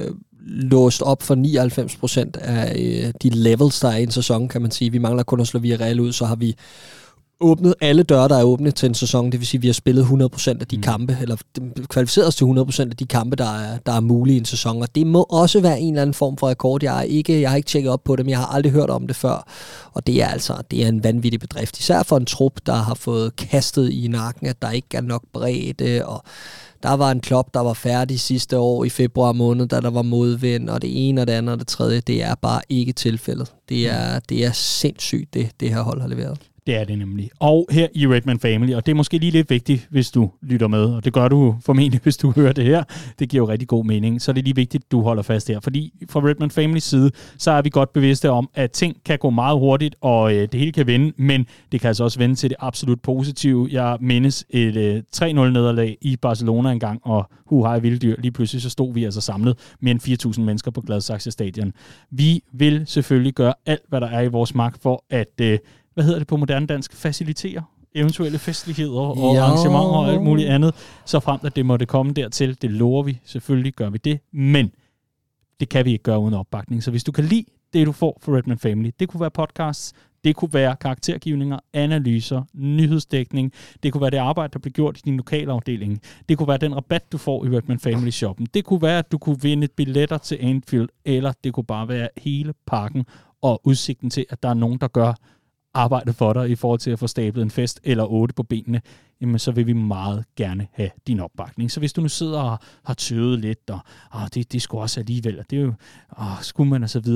låst op for 99% af de levels, der er i en sæson, kan man sige. Vi mangler kun at slå Villarreal ud, så har vi åbnet alle døre, der er åbne til en sæson. Det vil sige, at vi har spillet 100% af de kampe, eller kvalificeret os til 100% af de kampe, der er mulige i en sæson. Og det må også være en eller anden form for rekord. Jeg har ikke tjekket op på det, men jeg har aldrig hørt om det før. Og det er en vanvittig bedrift. Især for en trup, der har fået kastet i nakken, at der ikke er nok bredde, og der var en Klopp, der var færdig sidste år i februar måned, da der var modvind, og det ene og det andet og det tredje, det er bare ikke tilfældet. Det er sindssygt, det her hold har leveret. Det er det nemlig. Og her i Redman Family, og det er måske lige lidt vigtigt, hvis du lytter med, og det gør du formentlig, hvis du hører det her. Det giver jo rigtig god mening. Så er det lige vigtigt, at du holder fast her. Fordi fra Redman Familys side, så er vi godt bevidste om, at ting kan gå meget hurtigt, og det hele kan vende, men det kan altså også vende til det absolut positive. Jeg mindes et 3-0-nederlag i Barcelona engang, og hej vilddyr, lige pludselig så stod vi altså samlet mere end 4.000 mennesker på Gladsaxe Stadion. Vi vil selvfølgelig gøre alt, hvad der er i vores magt for at hvad hedder det på moderne dansk, facilitere eventuelle festligheder og arrangementer og alt muligt andet, så frem at det måtte komme dertil. Det lover vi, selvfølgelig gør vi det, men det kan vi ikke gøre uden opbakning. Så hvis du kan lide det, du får fra Redman Family, det kunne være podcasts, det kunne være karaktergivninger, analyser, nyhedsdækning, det kunne være det arbejde, der bliver gjort i din lokale afdeling, det kunne være den rabat, du får i Redman Family Shoppen, det kunne være, at du kunne vinde billetter til Anfield, eller det kunne bare være hele pakken og udsigten til, at der er nogen, der gør arbejde for dig i forhold til at få stablet en fest eller 8 på benene, jamen så vil vi meget gerne have din opbakning. Så hvis du nu sidder og har tøvet lidt, og det er sgu også alligevel, og det er jo, skulle man og så videre,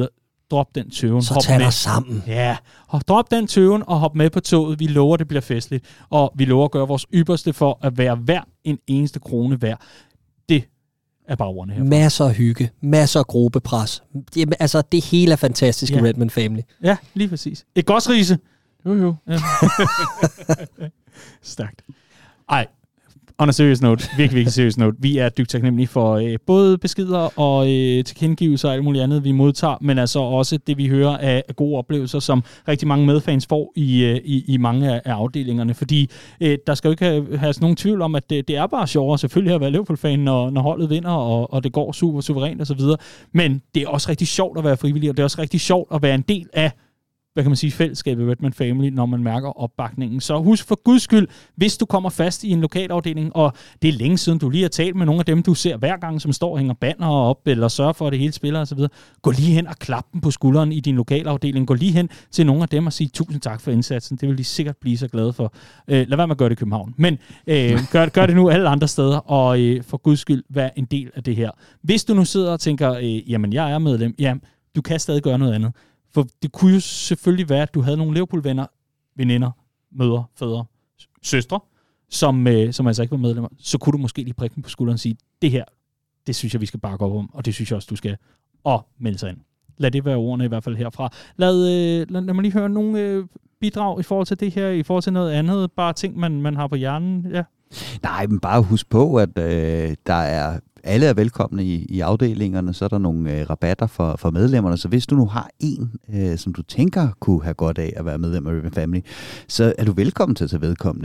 drop den tøven. Så tag dig sammen. Ja, og drop den tøven og hop med på toget. Vi lover, det bliver festligt. Og vi lover at gøre vores ypperste for at være hver en eneste krone værd. Det er bare ordene her. Masser af hygge, masser af gruppepres. Altså, det hele er fantastisk i Redman Family. Ja, lige præcis. Et godt rise. Jo. Ja. Stærkt. Ej, on a serious note, virkelig serious note. Vi er dybt taknemmelige for både beskeder og tilkendegivelser og alt muligt andet, vi modtager, men altså også det, vi hører af gode oplevelser, som rigtig mange medfans får i mange af afdelingerne. Fordi der skal jo ikke have nogen tvivl om, at det er bare sjovere selvfølgelig at være Liverpool-fan, når holdet vinder, og det går super suverænt og så videre. Men det er også rigtig sjovt at være frivillig, og det er også rigtig sjovt at være en del af fællesskabet Redman Family, når man mærker opbakningen. Så husk for guds skyld, hvis du kommer fast i en lokalafdeling, og det er længe siden, du lige har talt med nogle af dem, du ser hver gang, som står og hænger banner op, eller sørger for, at det hele spiller osv., gå lige hen og klap dem på skulderen i din lokalafdeling. Gå lige hen til nogle af dem og sige tusind tak for indsatsen. Det vil de sikkert blive så glade for. Lad være med at gøre det i København. Men gør det nu alle andre steder, og for guds skyld, vær en del af det her. Hvis du nu sidder og tænker, jamen jeg er medlem, jamen du kan stadig gøre noget andet. For det kunne jo selvfølgelig være, at du havde nogle Liverpool-venner, veninder, mødre, fædre, søstre, som altså ikke var medlemmer. Så kunne du måske lige prikke dem på skulderen og sige, det her, det synes jeg, vi skal bakke op om, og det synes jeg også, du skal. Og melde sig ind. Lad det være ordene i hvert fald herfra. Lad mig lige høre nogle bidrag i forhold til det her, i forhold til noget andet. Bare ting, man har på hjernen. Ja. Nej, men bare husk på, at der er alle er velkomne i afdelingerne, så er der nogle rabatter for medlemmerne, så hvis du nu har en, som du tænker kunne have godt af at være medlem af Redman Family, så er du velkommen til at tage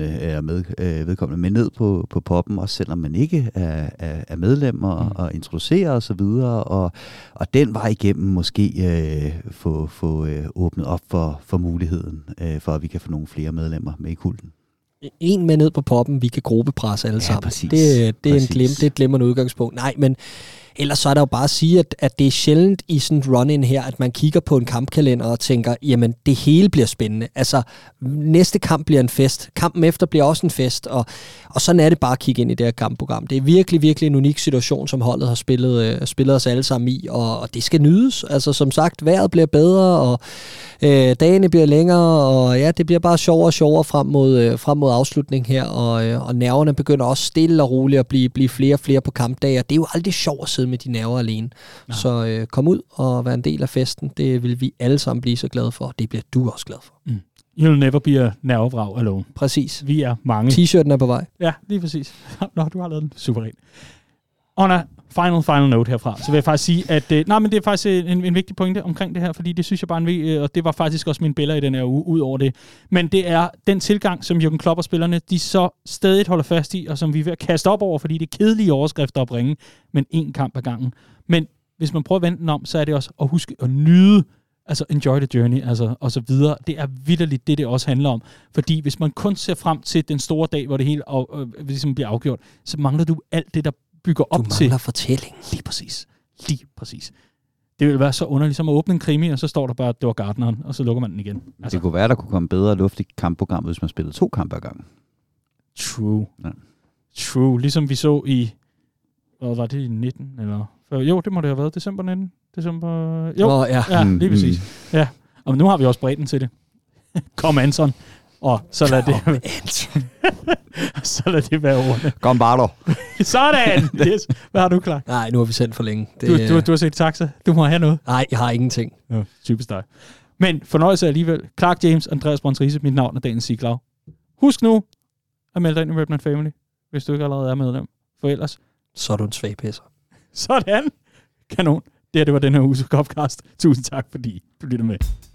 vedkommende med ned på poppen, også selvom man ikke er medlem og introducerer og så videre, og den vej igennem måske få åbnet op for muligheden, for at vi kan få nogle flere medlemmer med i kulten. En med ned på poppen, vi kan gruppepresse alle sammen. Præcis. Det er et glimrende udgangspunkt. Nej, men ellers så er der jo bare at sige, at det er sjældent i sådan et run-in her, at man kigger på en kampkalender og tænker, jamen det hele bliver spændende. Altså næste kamp bliver en fest. Kampen efter bliver også en fest. Og sådan er det bare at kigge ind i det her kampprogram. Det er virkelig, virkelig en unik situation, som holdet har spillet os alle sammen i. Og det skal nydes. Altså som sagt, vejret bliver bedre, og dagene bliver længere, og ja, det bliver bare sjovere og sjovere frem mod afslutning her. Og nerverne begynder også stille og roligt at blive flere og flere på kampdage. Og det er jo aldrig sjovt at sidde med de nerver alene. Ja. Så kom ud og vær en del af festen. Det vil vi alle sammen blive så glade for. Det bliver du også glad for. Mm. You'll never be a nervevrag alone. Præcis. Vi er mange. T-shirten er på vej. Ja, lige præcis. Nå, du har lavet den suveræn. On a final note herfra, så vil jeg faktisk sige, at men det er faktisk en vigtig pointe omkring det her, fordi det synes jeg bare og det var faktisk også mine billeder i den her uge, ud over det. Men det er den tilgang, som Jürgen Klopp og spillerne, de så stadig holder fast i, og som vi er ved at kaste op over, fordi det er kedelige overskrifter at bringe, men én kamp ad gangen. Men hvis man prøver at vende den om, så er det også at huske at nyde, altså enjoy the journey, altså og så videre. Det er vitterligt det også handler om. Fordi hvis man kun ser frem til den store dag, hvor det hele ligesom bliver afgjort, så mangler du alt det, der bygger op til. Du mangler fortælling. Lige præcis. Det ville være så underligt som at åbne en krimi, og så står der bare, at det var gartneren, og så lukker man den igen. Altså. Det kunne være, der kunne komme bedre luft i kampprogrammet, hvis man spillede 2 kampe ad gangen. True. Ligesom vi så i, hvad var det, i 19? Eller? Jo, det må det have været. December 19? Jo, ja, lige præcis. Ja. Og nu har vi også bredden til det. Kom Anton. Og så lad det være ordene. Kom bare dog. Sådan! Yes. Hvad har du klar? Nej, nu har vi sendt for længe. Du har set taxa. Du må have noget. Nej, jeg har ingenting. Ja, typisk dig. Men fornøjelse alligevel. Clark James, Andreas Brøndrise, mit navn er Daniel Siglau. Husk nu at melde dig ind i Redman Family, hvis du ikke allerede er medlem. For ellers så er du en svag pisser. Sådan. Kanon. Det var den her uges podcast. Tusind tak, fordi du lytter med.